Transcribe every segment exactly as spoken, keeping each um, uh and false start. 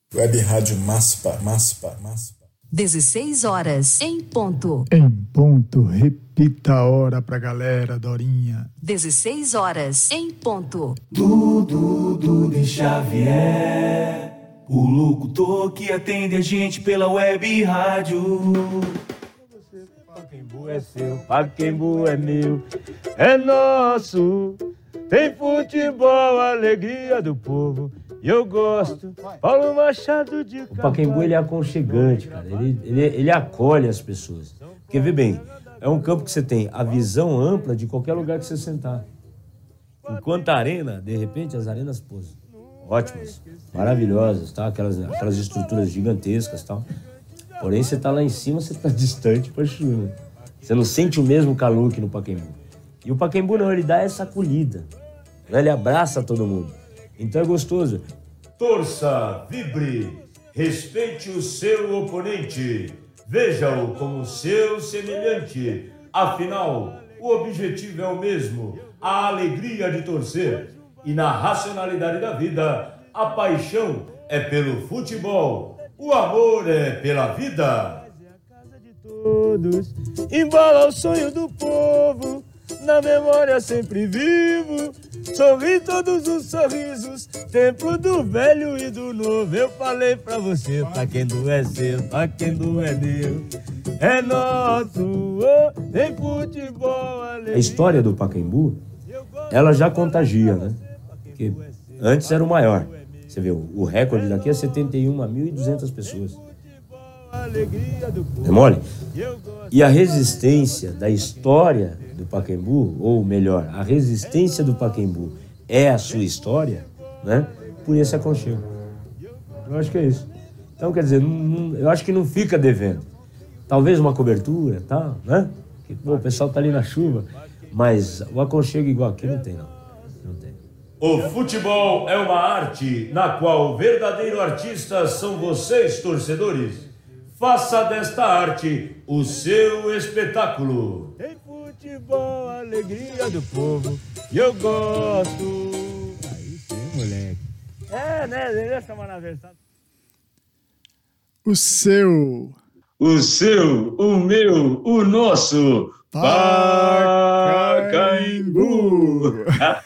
Web Rádio Maspa, Maspa, Maspa. dezesseis horas, em ponto. Em ponto, repita a hora pra galera, Dorinha. dezesseis horas, em ponto. Dudu, Dudu Xavier, o locutor que atende a gente pela web rádio. Pacaembu é seu, Pacaembu é meu, é nosso. Tem futebol, alegria do povo. E eu gosto, Paulo Machado de Carvalho. O Pacaembu, ele é aconchegante, cara. Ele, ele, ele acolhe as pessoas. Porque, vê bem, é um campo que você tem a visão ampla de qualquer lugar que você sentar. Enquanto a arena, de repente, as arenas, pô, ótimas, maravilhosas, tá? Aquelas, aquelas estruturas gigantescas e tal. Porém, você tá lá em cima, você tá distante pra chuva. Você não sente o mesmo calor que no Pacaembu. E o Pacaembu não, ele dá essa acolhida. Ele abraça todo mundo. Então é gostoso. Torça, vibre, respeite o seu oponente. Veja-o como seu semelhante. Afinal, o objetivo é o mesmo, a alegria de torcer. E na racionalidade da vida, a paixão é pelo futebol, o amor é pela vida. Todos, embala o sonho do povo, na memória sempre vivo. Sorri todos os sorrisos, templo do velho e do novo. Eu falei pra você, Pacaembu é seu, Pacaembu é meu, é nosso, oh, tem futebol. Alegria. A história do Pacaembu, ela já contagia, né? Porque antes era o maior. Você vê, o recorde daqui é setenta e uma mil e duzentas pessoas. É mole? E a resistência da história do Pacaembu, ou melhor, a resistência do Pacaembu é a sua história, né? Por esse aconchego. Eu acho que é isso. Então, quer dizer, não, não, eu acho que não fica devendo. Talvez uma cobertura, tá, né? Que, pô, o pessoal tá ali na chuva, mas o aconchego igual aqui não tem, não. Não tem. O futebol é uma arte na qual o verdadeiro artistas são vocês, torcedores. Faça desta arte o seu espetáculo. Tem futebol, alegria do povo, e eu gosto. Aí sim, moleque. É, né? Deixa eu na versão. O seu. O seu, o meu, o nosso Pacaembu.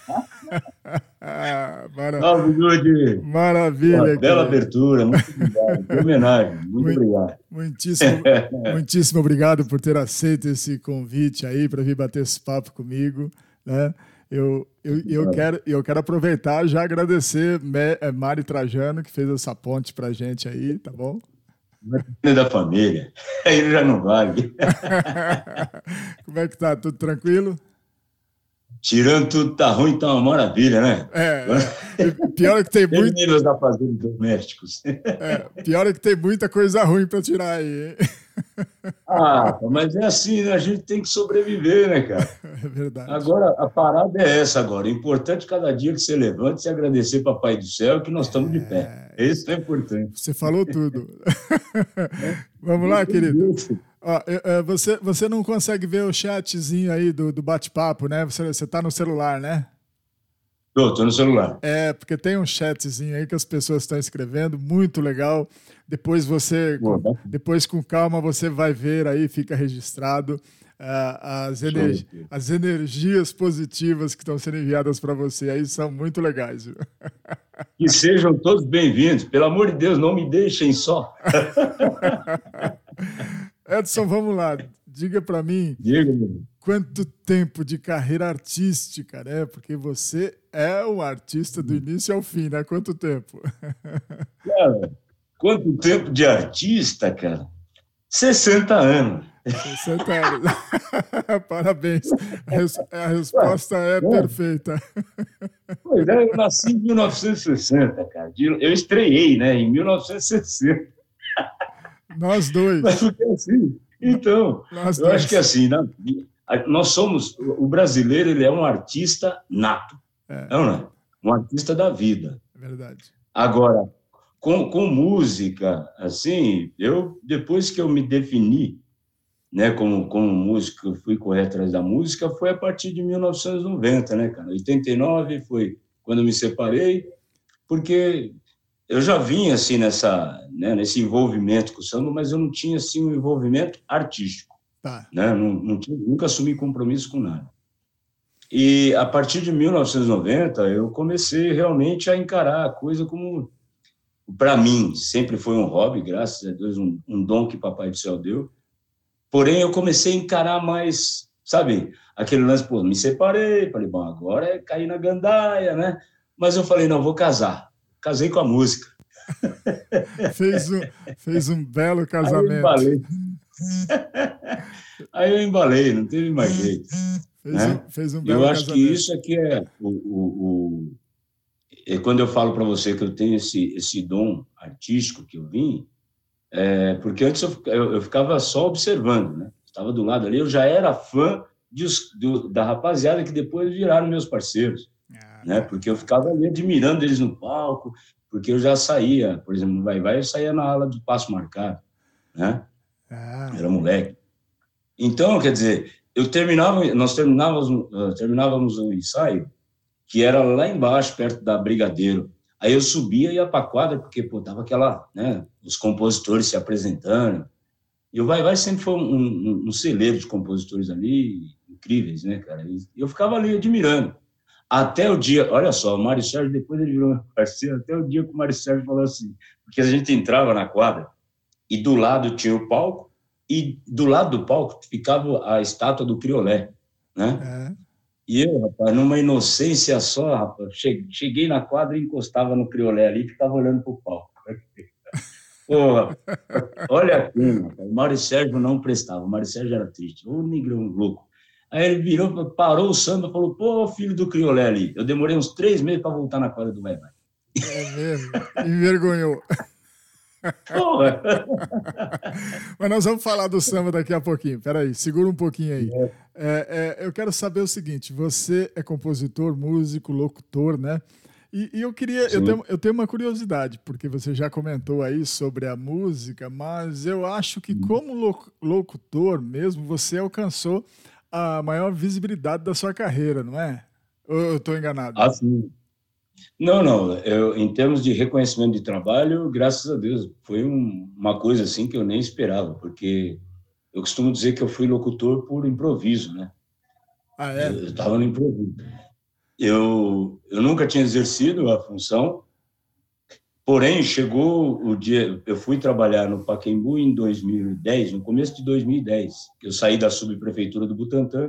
Ah, mara... Maravilha. Uma bela abertura, muito obrigado. Que homenagem, muito, muito obrigado. Muitíssimo, muitíssimo obrigado por ter aceito esse convite aí para vir bater esse papo comigo, né? Eu, eu, eu, quero, eu quero aproveitar e já agradecer Mari Trajano, que fez essa ponte pra gente aí, tá bom? É da família, aí já não vale. Como é que tá? Tudo tranquilo? Tirando tudo, tá ruim, tá uma maravilha, né? É, é. Pior é que tem muito... Meninos da fazenda domésticos. É, pior é que tem muita coisa ruim para tirar aí, hein? Ah, mas é assim, né? A gente tem que sobreviver, né, cara? É verdade. Agora, a parada é essa agora. É importante cada dia que você levante e agradecer Papai do Céu que nós estamos de pé. Isso é importante. Você falou tudo. Vamos lá, querido. Ó, você, você não consegue ver o chatzinho aí do, do bate-papo, né? Você, você tá no celular, né? Tô, tô no celular. É, porque tem um chatzinho aí que as pessoas estão escrevendo, muito legal. Depois você, com, depois com calma, você vai ver aí, fica registrado uh, as, energi as energias positivas que estão sendo enviadas para você aí são muito legais, viu? Que sejam todos bem-vindos. Pelo amor de Deus, não me deixem só. Edson, vamos lá. Diga para mim. Diga, quanto tempo de carreira artística, né? Porque você é um artista do início ao fim, né? Quanto tempo? Cara, quanto tempo de artista, cara? sessenta anos. sessenta anos. Parabéns. A, res a resposta é, é perfeita. Pois é, eu nasci em mil novecentos e sessenta, cara. Eu estreiei, né, em mil novecentos e sessenta. Nós dois. Mas porque assim, então, Nós eu dois. acho que assim, né, nós somos, o brasileiro, ele é um artista nato, é. não é? Um artista da vida. É verdade. Agora, com, com música, assim, eu, depois que eu me defini, né, como, como músico, eu fui correr atrás da música, foi a partir de mil novecentos e noventa, né, cara? oitenta e nove foi quando eu me separei, porque eu já vinha assim nessa, né, nesse envolvimento com o samba, mas eu não tinha assim um envolvimento artístico, Tá. né? Não, não tinha, nunca assumi compromisso com nada. E a partir de mil novecentos e noventa eu comecei realmente a encarar a coisa como, para mim, sempre foi um hobby, graças a Deus, um, um dom que Papai do Céu deu. Porém, eu comecei a encarar mais, sabe, aquele lance, pô, me separei, falei, bom, agora é cair na gandaia, né? Mas eu falei, não, vou casar. Casei com a música. Fez um, fez um belo casamento. Aí eu embalei. Aí eu embalei, não teve mais jeito. Fez, né? um, fez um belo Eu acho casamento. que isso aqui é o... o, o é quando eu falo para você que eu tenho esse, esse dom artístico que eu vim, é, porque antes eu, eu, eu ficava só observando, né? Estava do lado ali, eu já era fã de, do, da rapaziada que depois viraram meus parceiros, ah, né? Porque eu ficava ali admirando eles no palco, porque eu já saía, por exemplo, no Vai Vai, eu saía na ala do Passo Marcado, né? Ah. Era moleque. Então, quer dizer, eu terminava, nós terminávamos, terminávamos o ensaio, que era lá embaixo, perto da Brigadeiro. Aí eu subia e ia para a quadra, porque, pô, tava aquela, né, os compositores se apresentando. E o Vai Vai sempre foi um, um, um celeiro de compositores ali, incríveis, né, cara? E eu ficava ali admirando. Até o dia, olha só, o Mário Sérgio, depois ele virou meu parceiro, até o dia que o Mário Sérgio falou assim, porque a gente entrava na quadra e do lado tinha o palco, e do lado do palco ficava a estátua do Criolé, né? É. E eu, rapaz, numa inocência só, rapaz, cheguei na quadra e encostava no Criolé ali e ficava olhando pro palco. Porra, olha aqui, rapaz, o Mário Sérgio não prestava, o Mário Sérgio era triste, ô negrão louco. Aí ele virou, parou o samba e falou, pô, filho do Criolé ali. Eu demorei uns três meses para voltar na quadra do Vai Vai. É mesmo, envergonhou. Porra. Mas nós vamos falar do samba daqui a pouquinho. Peraí, segura um pouquinho aí. É. É, é, eu quero saber o seguinte: você é compositor, músico, locutor, né? E, e eu queria, eu tenho, eu tenho uma curiosidade, porque você já comentou aí sobre a música, mas eu acho que como locutor mesmo, você alcançou a maior visibilidade da sua carreira, não é? Ou eu estou enganado? Ah, sim. Não, não. Eu, em termos de reconhecimento de trabalho, graças a Deus, foi um, uma coisa assim que eu nem esperava, porque eu costumo dizer que eu fui locutor por improviso, né? Ah, é? Eu estava no improviso. Eu, eu nunca tinha exercido a função, porém, chegou o dia... Eu fui trabalhar no Pacaembu em dois mil e dez, no começo de dois mil e dez. Eu saí da subprefeitura do Butantã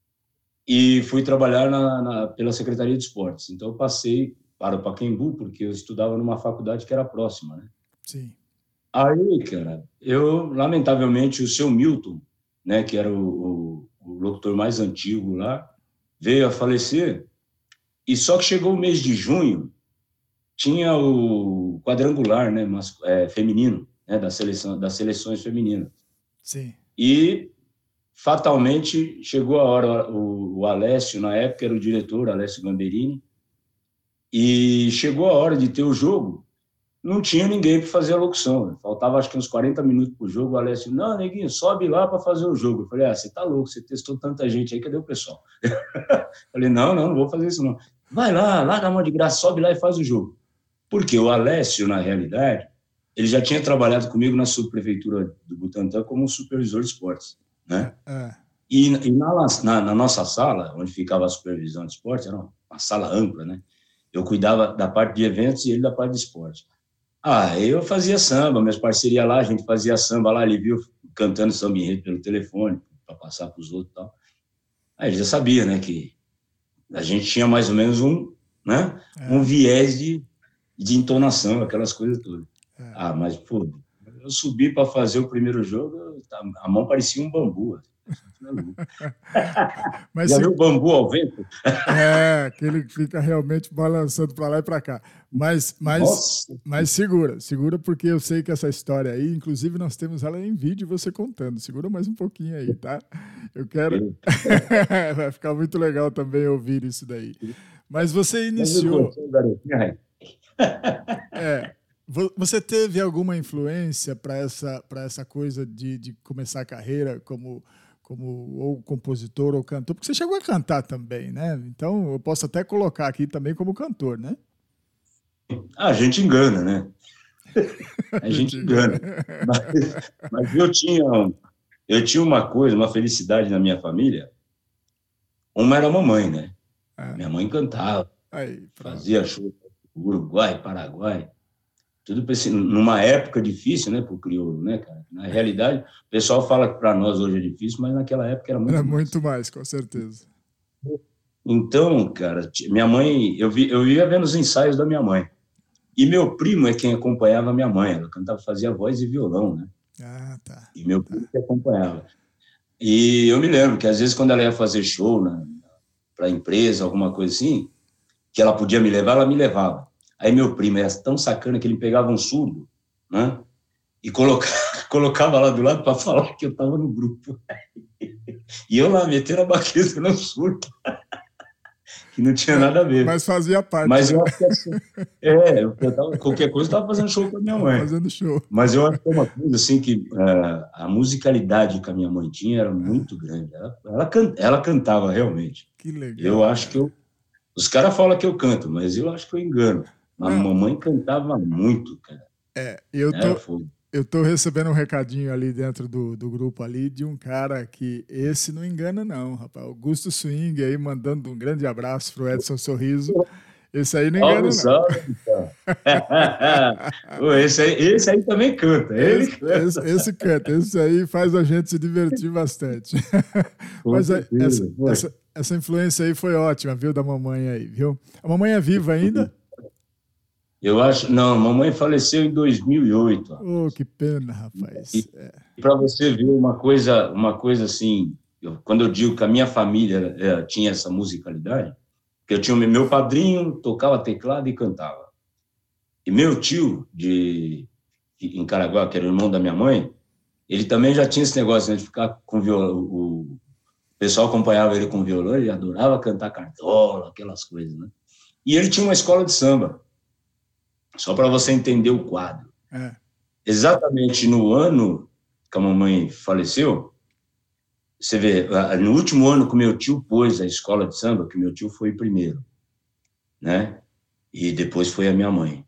e fui trabalhar na, na, pela Secretaria de Esportes. Então, eu passei para o Pacaembu, porque eu estudava numa faculdade que era próxima, né? Sim. Aí, cara, eu, lamentavelmente, o seu Milton, né, que era o, o, o locutor mais antigo lá, veio a falecer, e só que chegou o mês de junho, tinha o quadrangular, né, mas, é, feminino, né, da seleção, das seleções femininas. Sim. E... fatalmente, chegou a hora, o, o Alessio, na época, era o diretor, Alessio Gamberini, e chegou a hora de ter o jogo, não tinha ninguém para fazer a locução, faltava acho que uns quarenta minutos para o jogo, o Alessio, não, neguinho, sobe lá para fazer o jogo. Eu falei, ah, você tá louco, você testou tanta gente aí, cadê o pessoal? Falei, não, não, não vou fazer isso não. Vai lá, larga a mão de graça, sobe lá e faz o jogo. Porque o Alessio, na realidade, ele já tinha trabalhado comigo na subprefeitura do Butantã como um supervisor de esportes. Né? É. E, e na, na, na nossa sala, onde ficava a supervisão de esporte, era uma, uma sala ampla, né? Eu cuidava da parte de eventos e ele da parte de esporte. Ah, eu fazia samba, minhas parcerias lá, a gente fazia samba lá, ele viu cantando samba enredo pelo telefone, para passar para os outros e tal. Aí ele já sabia, né, que a gente tinha mais ou menos um, né, é. um viés de, de entonação, aquelas coisas todas. É. Ah, mas, pô, eu subi para fazer o primeiro jogo, a mão parecia um bambu. Mas já se... viu o bambu ao vento? É, aquele que fica realmente balançando para lá e para cá. Mas, mas, mas segura, segura, porque eu sei que essa história aí, inclusive nós temos ela em vídeo você contando. Segura mais um pouquinho aí, tá? Eu quero... Vai ficar muito legal também ouvir isso daí. Mas você iniciou... É... Você teve alguma influência para essa, para essa coisa de, de começar a carreira como, como ou compositor ou cantor? Porque você chegou a cantar também, né? Então, eu posso até colocar aqui também como cantor, né? Ah, a gente engana, né? A gente engana. Mas, mas eu tinha, eu tinha uma coisa, uma felicidade na minha família. Uma era a mamãe, né? É. Minha mãe cantava, Aí, fazia show no Uruguai, Paraguai, tudo numa época difícil, né, para o crioulo, né, cara? Na realidade, o pessoal fala que para nós hoje é difícil, mas naquela época era muito era mais. muito mais, com certeza. Então, cara, minha mãe, eu, vi, eu ia vendo os ensaios da minha mãe. E meu primo é quem acompanhava a minha mãe. Ela cantava, fazia voz e violão, né? Ah, tá. E meu primo tá. que acompanhava. E eu me lembro que, às vezes, quando ela ia fazer show né, para a empresa, alguma coisa assim, que ela podia me levar, ela me levava. Aí meu primo era tão sacana que ele pegava um surdo, né? E colocava, colocava lá do lado para falar que eu estava no grupo. E eu lá, metendo a baqueta no surdo. Que não tinha nada a ver. Mas fazia parte. Mas né? eu acho que assim, é, eu tava, qualquer coisa eu estava fazendo show com a minha mãe. Fazendo show. Mas eu acho que é uma coisa assim que uh, a musicalidade que a minha mãe tinha era muito grande. Ela, ela, can, ela cantava realmente. Que legal. Eu acho cara. que eu. Os caras falam que eu canto, mas eu acho que eu engano. A não. mamãe cantava muito, cara. É, eu tô. Eu tô recebendo um recadinho ali dentro do, do grupo ali de um cara que esse não engana não, rapaz. Augusto Swing aí mandando um grande abraço pro Edson Sorriso. Esse aí não engana salve, não. Salve, esse, aí, esse aí também canta. Ele esse, canta. Esse, esse canta. Esse aí faz a gente se divertir bastante. Mas a, essa, essa, essa influência aí foi ótima, viu, da mamãe aí, viu? A mamãe é viva ainda? Eu acho, não, a mamãe faleceu em dois mil e oito. Oh, que pena, rapaz. E, é. e para você ver uma coisa, uma coisa assim, eu, quando eu digo que a minha família é, tinha essa musicalidade, que eu tinha meu padrinho tocava teclado e cantava. E meu tio de em Caraguá, que era o irmão da minha mãe, ele também já tinha esse negócio né, de ficar com violão. O pessoal acompanhava ele com violão, ele adorava cantar cartola, aquelas coisas, né? E ele tinha uma escola de samba. Só para você entender o quadro. É. Exatamente no ano que a mamãe faleceu, você vê, no último ano que meu tio pôs a escola de samba, que meu tio foi primeiro, né? E depois foi a minha mãe.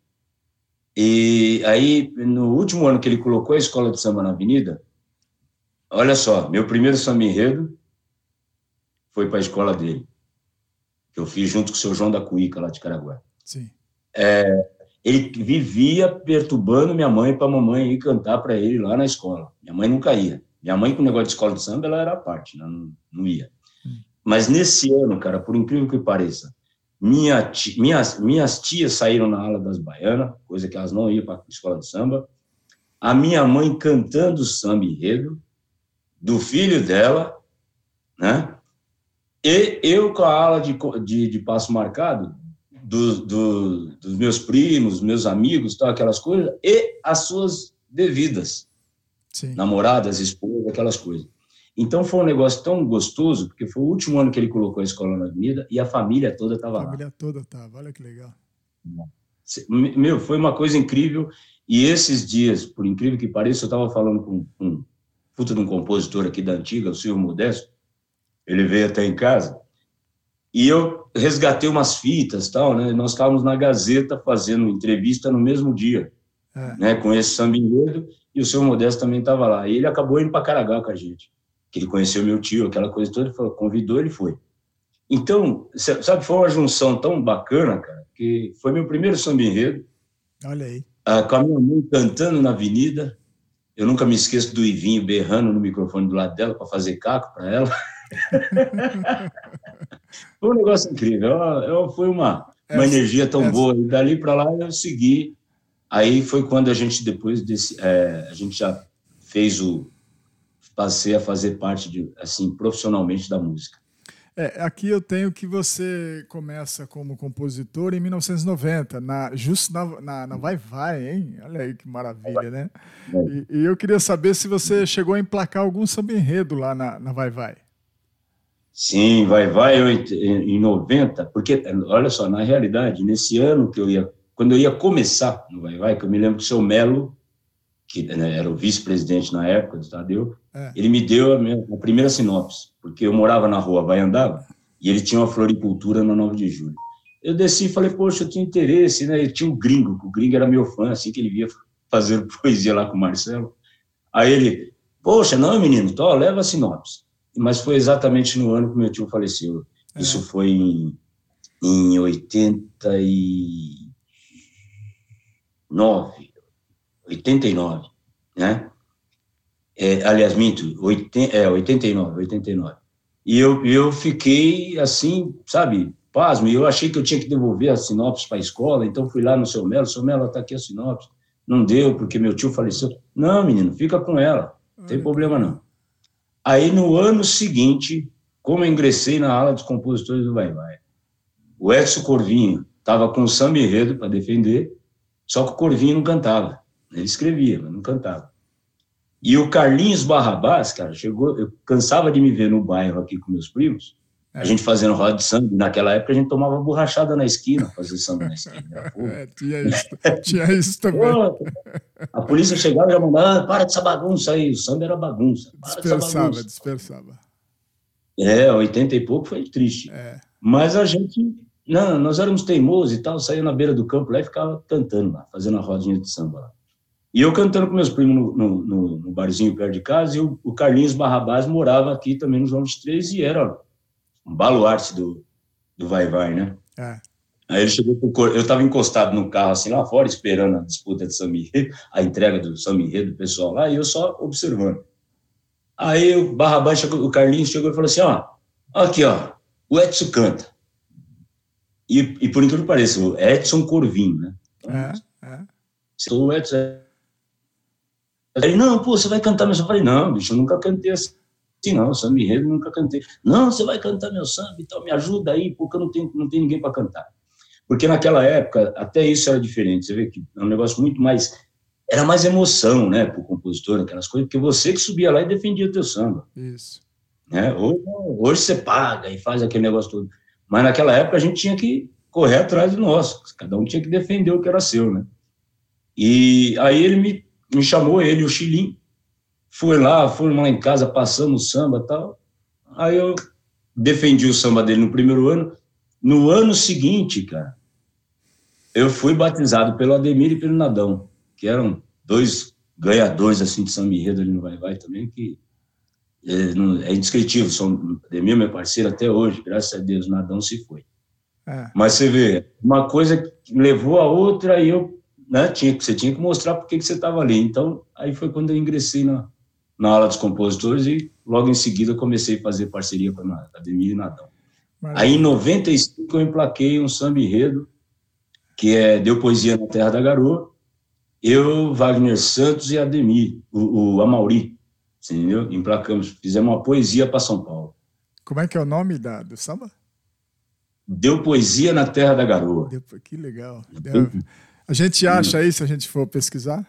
E aí, no último ano que ele colocou a escola de samba na avenida, olha só, meu primeiro samba enredo foi para a escola dele, que eu fiz junto com o seu João da Cuíca, lá de Caraguá. Sim. É... Ele vivia perturbando minha mãe para a mamãe ir cantar para ele lá na escola. Minha mãe nunca ia. Minha mãe, com o negócio de escola de samba, ela era a parte, não, não ia. Hum. Mas nesse ano, cara, por incrível que pareça, minha tia, minhas, minhas tias saíram na ala das baianas, coisa que elas não iam para a escola de samba. A minha mãe cantando samba enredo, do filho dela, né? E eu com a ala de, de, de passo marcado, Do, do, dos meus primos, meus amigos, tal, aquelas coisas, e as suas devidas, Sim. namoradas, esposas, aquelas coisas. Então foi um negócio tão gostoso, porque foi o último ano que ele colocou a escola na avenida e a família toda estava lá. A família toda estava, olha que legal. Meu, foi uma coisa incrível, e esses dias, por incrível que pareça, eu estava falando com um puta de um compositor aqui da antiga, o Silvio Modesto, ele veio até em casa, e eu resgatei umas fitas, tal, né? Nós estávamos na Gazeta fazendo entrevista no mesmo dia, é. né? Com esse samba enredo, e o seu Modesto também estava lá. E ele acabou indo para Caraguá com a gente, que ele conheceu meu tio, aquela coisa toda, ele falou, convidou, ele foi. Então, sabe, foi uma junção tão bacana, cara, que foi meu primeiro samba enredo. Olha aí. Ah, com a minha mãe cantando na avenida. Eu nunca me esqueço do Ivinho berrando no microfone do lado dela para fazer caco para ela. Foi um negócio incrível. Eu, eu, foi uma, uma essa, energia tão essa. boa. E dali para lá eu segui. Aí foi quando a gente depois desse, é, a gente já fez o passei a fazer parte de assim profissionalmente da música. É, aqui eu tenho que você começa como compositor em mil novecentos e noventa, na, justo na, na, na Vai Vai, hein? Olha aí que maravilha, né? E, e eu queria saber se você chegou a emplacar algum samba enredo lá na, na Vai Vai. Sim, Vai Vai eu, em noventa, porque, olha só, na realidade, nesse ano que eu ia, quando eu ia começar no Vai Vai, que eu me lembro que o seu Melo, que né, era o vice-presidente na época do Tadeu, é. ele me deu a, minha, a primeira sinopse, porque eu morava na rua Vai Andava, e ele tinha uma floricultura no nove de julho. eu desci e falei, poxa, eu tinha interesse, né? E tinha um gringo, o gringo era meu fã, assim que ele via fazendo poesia lá com o Marcelo. Aí ele, poxa, não, menino, tô, leva a sinopse. Mas foi exatamente no ano que meu tio faleceu. É. Isso foi em, em oitenta e nove, oitenta e nove, né? É, aliás, minto, oitenta, é, oitenta e nove, oitenta e nove. E eu, eu fiquei assim, sabe, pasmo, e eu achei que eu tinha que devolver a sinopse para a escola, então fui lá no seu Melo, seu Melo, está aqui a sinopse. Não deu, porque meu tio faleceu. Não, menino, fica com ela, não tem problema não. Aí, no ano seguinte, como eu ingressei na ala dos compositores do Vai Vai, o Edson Corvinho estava com o samba enredo para defender, só que o Corvinho não cantava. Ele escrevia, mas não cantava. E o Carlinhos Barrabás, cara, chegou, eu cansava de me ver no bairro aqui com meus primos, é. A gente fazendo roda de samba, naquela época a gente tomava borrachada na esquina, fazia samba na esquina. É, tinha isso, tinha isso também. Pô, a polícia chegava e já mandava, ah, para dessa bagunça aí, o samba era bagunça. Dispersava, bagunça. dispersava. É, oitenta e pouco foi triste. É. Mas a gente, não, nós éramos teimosos e tal, saía na beira do campo lá e ficava cantando lá, fazendo a rodinha de samba lá. E eu cantando com meus primos no, no, no, no barzinho perto de casa, e o, o Carlinhos Barrabás morava aqui também no João vinte e três, e era um baluarte do, do Vai Vai, né? É. Aí ele chegou pro cor... eu estava encostado no carro, assim, lá fora, esperando a disputa de samba enredo, a entrega do samba enredo do pessoal lá, e eu só observando. Aí o Barrabás, chegou, o Carlinhos chegou e falou assim, ó, aqui, ó, o Edson canta. E, e por incrível que pareça, o Edson Corvinho, né? Então, é, é. O Edson... Ele, não, pô, você vai cantar meu samba. Eu falei, não, bicho, eu nunca cantei assim, não, samba enredo, nunca cantei. Não, você vai cantar meu samba e tal, me ajuda aí, porque eu não tenho, não tenho ninguém para cantar. Porque naquela época, até isso era diferente, você vê que é um negócio muito mais, era mais emoção, né, pro compositor, aquelas coisas, porque você que subia lá e defendia o teu samba. Isso. Né? Hoje, hoje você paga e faz aquele negócio todo. Mas naquela época a gente tinha que correr atrás do nosso, cada um tinha que defender o que era seu, né. E aí ele me me chamou, ele e o Chilim, foi lá, foram lá em casa, passamos o samba e tal, aí eu defendi o samba dele no primeiro ano. No ano seguinte, cara, eu fui batizado pelo Ademir e pelo Nadão, que eram dois ganhadores, assim, de samba enredo ali no Vai Vai também, que é, não, é indescritível, são, Ademir, meu parceiro até hoje, graças a Deus, o Nadão se foi. É. Mas você vê, uma coisa que levou a outra, e eu né, tinha, você tinha que mostrar por que você estava ali. Então, aí foi quando eu ingressei na, na aula dos compositores e logo em seguida eu comecei a fazer parceria com a Ademir e Nadão. Maravilha. Aí em noventa e cinco eu emplaquei um samba enredo, que é Deu Poesia na Terra da Garoa, eu, Wagner Santos e Ademir, o, o Amauri, entendeu? Emplacamos, fizemos uma poesia para São Paulo. Como é que é o nome da, do samba? Deu Poesia na Terra da Garoa. Deu, que legal. Deu... A gente acha aí, se a gente for pesquisar?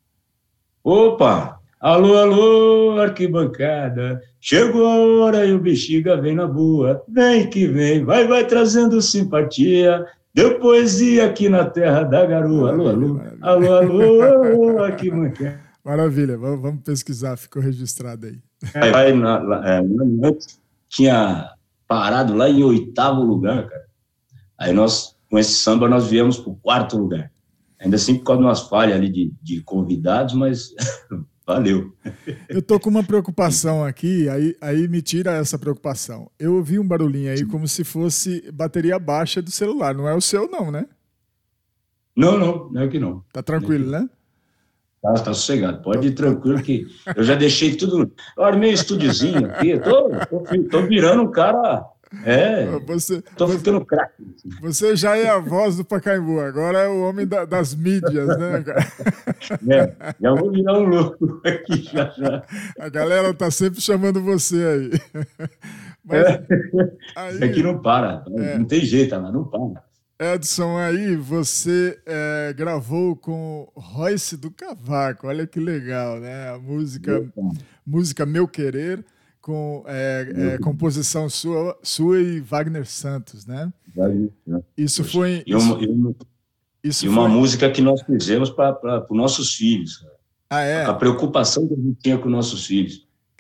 Opa! Alô, alô, arquibancada, chegou a hora e o bexiga vem na boa, vem que vem, vai, vai trazendo simpatia, deu poesia aqui na Terra da Garoa. Alô, alô, alô, alô, arquibancada. Maravilha, vamos, vamos pesquisar, ficou registrado aí. Vai, vai, na, na, é, tinha parado lá em oitavo lugar, cara. Aí nós, com esse samba, nós viemos para o quarto lugar. Ainda assim por causa de umas falhas ali de, de convidados, mas valeu. Eu tô com uma preocupação aqui, aí, aí me tira essa preocupação. Eu ouvi um barulhinho aí como se fosse bateria baixa do celular. Não é o seu não, né? Não, não, não é que não. Tá tranquilo, né? Tá, tá sossegado, pode ir tranquilo que eu já deixei tudo... Eu armei um estúdiozinho aqui, tô, tô, tô virando um cara... É, você, tô ficando craque. Você já é a voz do Pacaembu, agora é o homem da, das mídias, né, cara? É, já vou virar um louco aqui já, já. A galera tá sempre chamando você aí. Mas, é. aí aqui não para, é. Não tem jeito, mas não para. Edson, aí você é, gravou com Royce do Cavaco, olha que legal, né? A música, música Meu Querer, com é, é, composição sua, sua e Wagner Santos, né? Isso foi... E uma, isso, isso e uma foi... música que nós fizemos para os nossos filhos. Ah, é? A preocupação que a gente tinha com nossos filhos.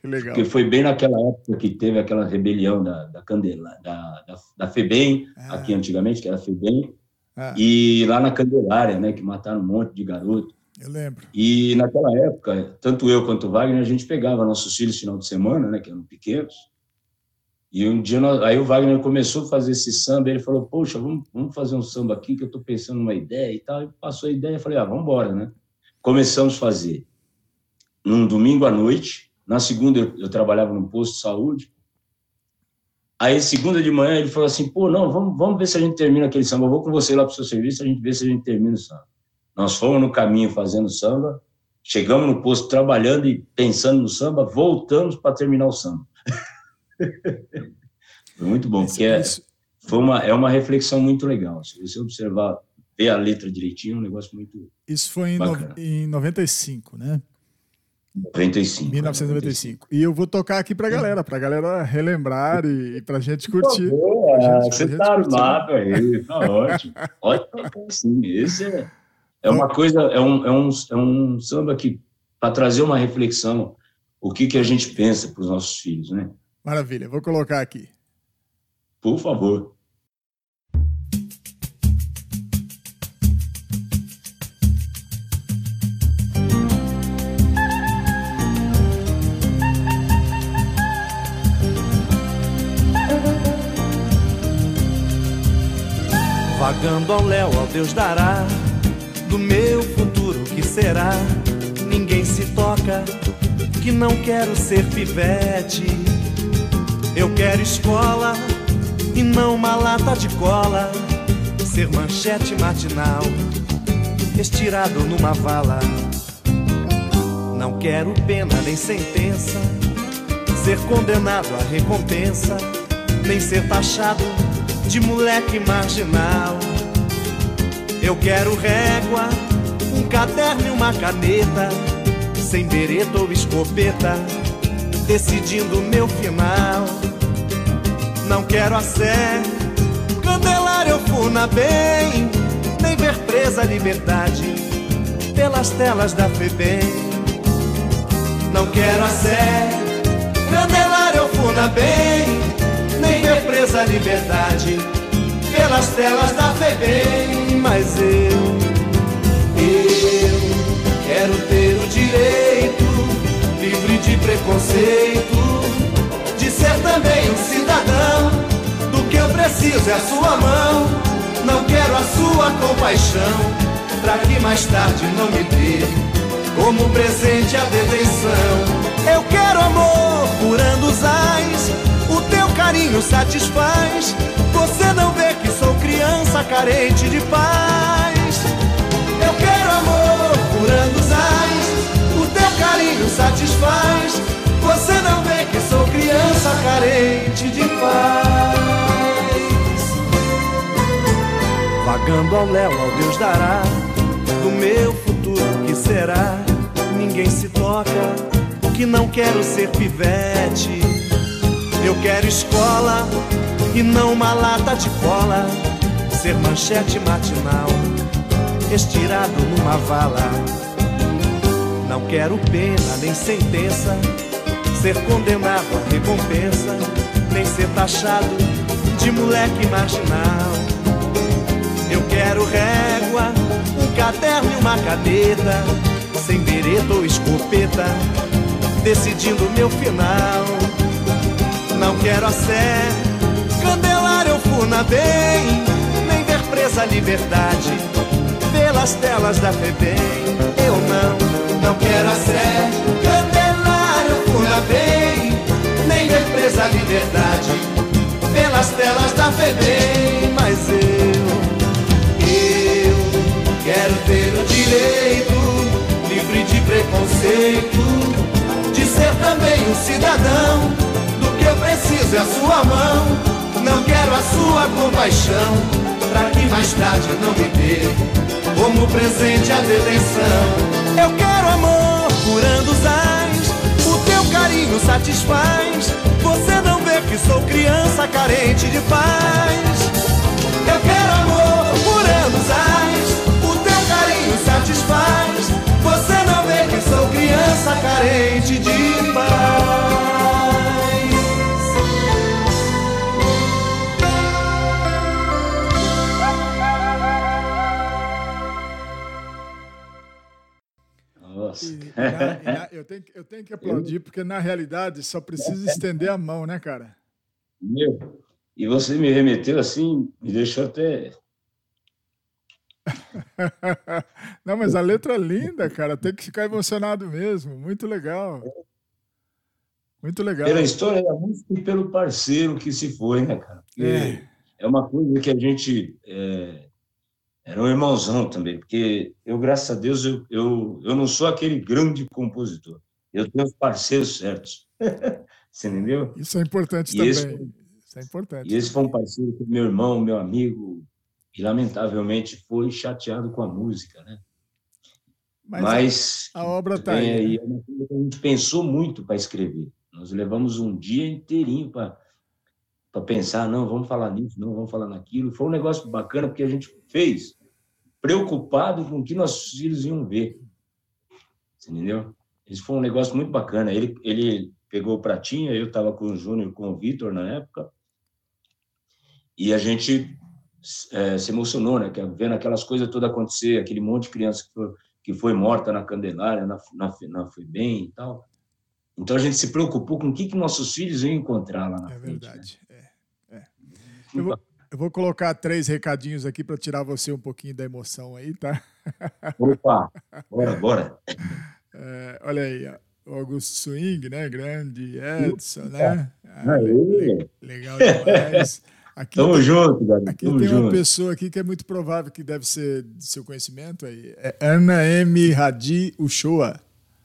Que legal. Porque foi bem naquela época que teve aquela rebelião da, da Candela, da, da, da FEBEM, ah. aqui antigamente, que era a FEBEM, ah. e lá na Candelária, né, que mataram um monte de garoto. Eu lembro. E naquela época, tanto eu quanto o Wagner, a gente pegava nossos filhos no final de semana, né, que eram pequenos, e um dia, nós, aí o Wagner começou a fazer esse samba, ele falou, poxa, vamos, vamos fazer um samba aqui, que eu estou pensando numa ideia e tal, e passou a ideia, eu falei, ah, vamos embora, né? Começamos a fazer num domingo à noite, na segunda eu, eu trabalhava num posto de saúde, aí segunda de manhã ele falou assim, pô, não, vamos, vamos ver se a gente termina aquele samba, eu vou com você lá para o seu serviço, a gente vê se a gente termina o samba. Nós fomos no caminho fazendo samba, chegamos no posto trabalhando e pensando no samba, voltamos para terminar o samba. Foi muito bom, porque é, foi uma, é uma reflexão muito legal. Se você observar, ver a letra direitinho, é um negócio muito Isso foi em, no, em noventa e cinco, né? noventa e cinco. mil novecentos e noventa e cinco. E eu vou tocar aqui pra galera, pra galera relembrar e, e pra gente curtir. Pô, pra é, gente, você pra tá gente armado aí, tá ótimo. Ótimo, sim. Esse é, é uma coisa, é um, é um, é um samba que, para trazer uma reflexão, o que, que a gente pensa para os nossos filhos, né? Maravilha, vou colocar aqui. Por favor. Vagando ao léu, ao Deus dará, do meu futuro que será. Ninguém se toca, que não quero ser pivete. Eu quero escola e não uma lata de cola. Ser manchete matinal, estirado numa vala. Não quero pena nem sentença, ser condenado à recompensa, nem ser taxado de moleque marginal. Eu quero régua, um caderno e uma caneta, sem bereta ou escopeta, decidindo o meu final. Não quero a sé, Candelária ou Funabem, nem ver presa a liberdade pelas telas da FEBEM. Não quero a sé, Candelária ou Funabem, nem ver presa a liberdade pelas telas da FEBEM. Mas eu, eu quero ter o direito, livre de preconceito, de ser também um cidadão. Do que eu preciso é a sua mão, não quero a sua compaixão, pra que mais tarde não me dê como presente a detenção. Eu quero amor curando os ais, o teu carinho satisfaz. Você não vê que sou criança carente de paz. Eu quero amor curando os ais, o teu carinho satisfaz. Você não vê que sou criança carente de paz. Vagando ao léu, ao Deus dará, do meu futuro que será. Ninguém se toca, que não quero ser pivete. Eu quero escola e não uma lata de cola, ser manchete matinal, estirado numa vala. Não quero pena nem sentença, ser condenado à recompensa, nem ser taxado de moleque marginal. Eu quero régua, um caderno e uma caneta, sem bereta ou escopeta, decidindo meu final. Não quero a sé, Candelária ou Funabem, nem ver presa a liberdade pelas telas da FEBEM. Eu não, não quero a sé, Candelária ou Funabem, nem ver presa a liberdade pelas telas da FEBEM. Mas eu, eu quero ter o direito, livre de preconceito, de ser também um cidadão. Do que eu preciso é a sua mão, não quero a sua compaixão, pra que mais tarde não me dê como presente a detenção. Eu quero amor curando os ais, o teu carinho satisfaz. Você não vê que sou criança carente de paz. Eu quero amor curando os ais, o teu carinho satisfaz. Você não vê que sou criança carente de paz. Nossa. E, e na, e na, eu, tenho, eu tenho que aplaudir, porque na realidade só precisa estender a mão, né, cara? Meu, e você me remeteu assim, me deixou até... Não, mas a letra é linda, cara. Tem que ficar emocionado mesmo. Muito legal. Muito legal. Pela história da música e pelo parceiro que se foi, né, cara? Porque é. é uma coisa que a gente... É, era um irmãozão também, porque eu, graças a Deus, eu, eu, eu não sou aquele grande compositor. Eu tenho os parceiros certos. Você entendeu? Isso é importante e também. Esse, Isso é importante. E esse foi um parceiro que meu irmão, meu amigo... E, lamentavelmente, foi chateado com a música, né? Mas, Mas a, a obra está aí. aí Né? A gente pensou muito para escrever. Nós levamos um dia inteirinho para pensar, não, vamos falar nisso, não, vamos falar naquilo. Foi um negócio bacana, porque a gente fez preocupado com o que nossos filhos iam ver. Você entendeu? Isso foi um negócio muito bacana. Ele, ele pegou o Pratinha, eu estava com o Júnior, com o Vitor na época, e a gente... É, se emocionou, né? Vendo aquelas coisas todas acontecer, aquele monte de criança que foi, que foi morta na Candelária, na, na, na FEBEM e tal. Então a gente se preocupou com o que, que nossos filhos iam encontrar lá na é frente. Verdade. Né? É, é. Eu, vou, eu vou colocar três recadinhos aqui para tirar você um pouquinho da emoção aí, tá? Opa, bora, bora. É, olha aí, ó. O Augusto Swing, né? Grande, Edson, né? Ah, Aê. Legal demais. Aqui Tamo tem, junto, galera. Aqui Tamo tem junto. uma pessoa aqui que é muito provável que deve ser de seu conhecimento aí. É Ana M. Hadi Uchoa.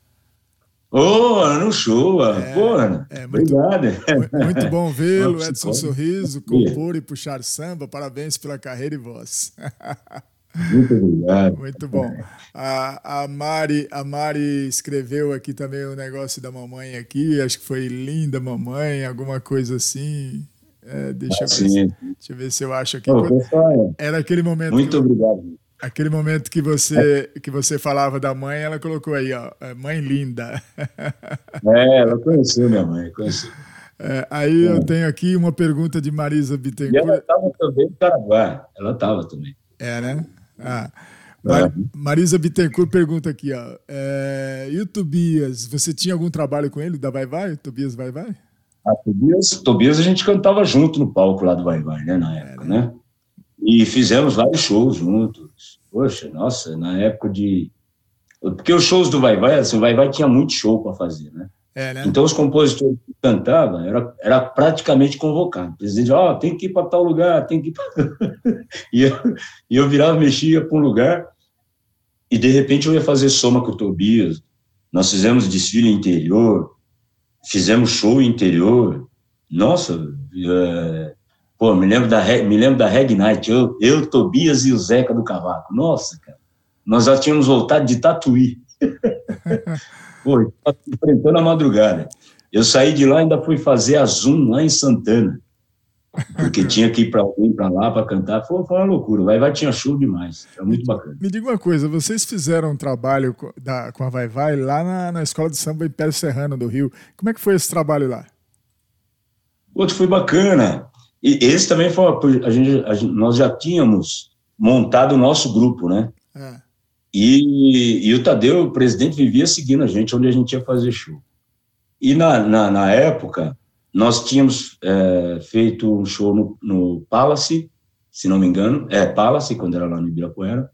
Ô, oh, Ana Uchoa. É, Pô, Ana. É, muito, Obrigado. Muito bom vê-lo, Edson Sorriso, compor e puxar samba. Parabéns pela carreira e voz. Muito obrigado. Muito bom. A, a, Mari, a Mari escreveu aqui também o negócio da mamãe aqui. Acho que foi linda mamãe, alguma coisa assim. É, deixa, eu ver se, deixa eu ver se eu acho aqui. Pô, pessoal, era aquele momento. Muito que, obrigado. Aquele momento que você, que você falava da mãe, ela colocou aí, ó, mãe linda. É, ela conheceu minha mãe, conheceu. É, aí é. eu tenho aqui uma pergunta de Marisa Bittencourt. E ela estava também no Caraguá. Ela estava também. É, né? Ah. Mar, Marisa Bittencourt pergunta aqui, ó. É, e o Tobias, você tinha algum trabalho com ele, da Vai Vai? Tobias Vai Vai? A Tobias, Tobias a gente cantava junto no palco lá do Vai Vai, né, na época, é, né? né? E fizemos vários shows juntos. Poxa, nossa, na época de... Porque os shows do Vai Vai, assim, o Vai Vai tinha muito show para fazer, né? É, né? Então os compositores que cantavam era, era praticamente convocado. O presidente, ó, oh, tem que ir para tal lugar, tem que ir pra... e, eu, e eu virava, mexia para um lugar e de repente eu ia fazer soma com o Tobias. Nós fizemos desfile interior, fizemos show interior. Nossa, é... pô, me lembro da, me lembro da Reg Night, eu, eu, Tobias e o Zeca do Cavaco. Nossa, cara, nós já tínhamos voltado de Tatuí. Pô, enfrentando a madrugada. Eu saí de lá e ainda fui fazer a Zoom lá em Santana, porque tinha que ir para alguém para lá para cantar. Foi, foi uma loucura. Vai Vai tinha show demais. Era muito bacana. Me diga uma coisa, vocês fizeram um trabalho com, da, com a Vai Vai lá na, na Escola de Samba Império Serrano do Rio. Como é que foi esse trabalho lá? Outro foi bacana. E esse também foi... A gente, a gente, nós já tínhamos montado o nosso grupo, né? É. E, e o Tadeu, o presidente, vivia seguindo a gente onde a gente ia fazer show. E na, na, na época, nós tínhamos é, feito um show no, no Palace, se não me engano, é Palace, quando era lá no Ibirapuera.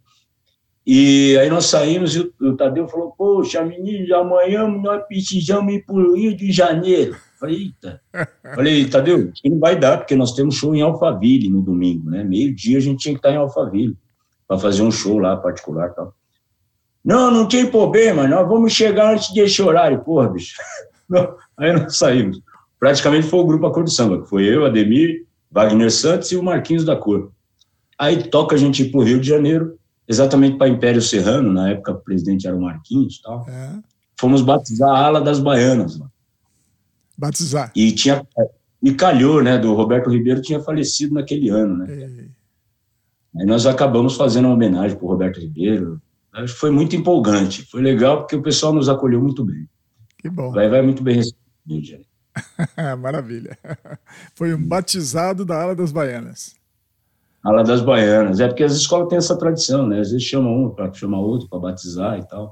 E aí nós saímos e o, o Tadeu falou, poxa, menino, amanhã nós precisamos ir para o Rio de Janeiro. Falei, eita. Falei, Tadeu, acho que não vai dar, porque nós temos show em Alphaville no domingo, né? Meio-dia a gente tinha que estar em Alphaville para fazer um show lá particular e tal. Não, não tem problema, nós vamos chegar antes desse horário. Porra, bicho. Não, aí nós saímos. Praticamente foi o grupo A Cor do Samba, que foi eu, Ademir, Wagner Santos e o Marquinhos da Cor. Aí toca a gente ir para o Rio de Janeiro, exatamente para Império Serrano, na época o presidente era o Marquinhos e tal. É. Fomos batizar a ala das baianas. Lá. Batizar. E, tinha, e calhou, né, do Roberto Ribeiro tinha falecido naquele ano, né? É. Aí nós acabamos fazendo uma homenagem para o Roberto Ribeiro. Acho que foi muito empolgante. Foi legal porque o pessoal nos acolheu muito bem. Que bom. Vai, vai muito bem recebido. Maravilha. Foi um batizado da ala das baianas. Ala das baianas. É porque as escolas têm essa tradição, né? Às vezes chamam um para chamar outro para batizar e tal.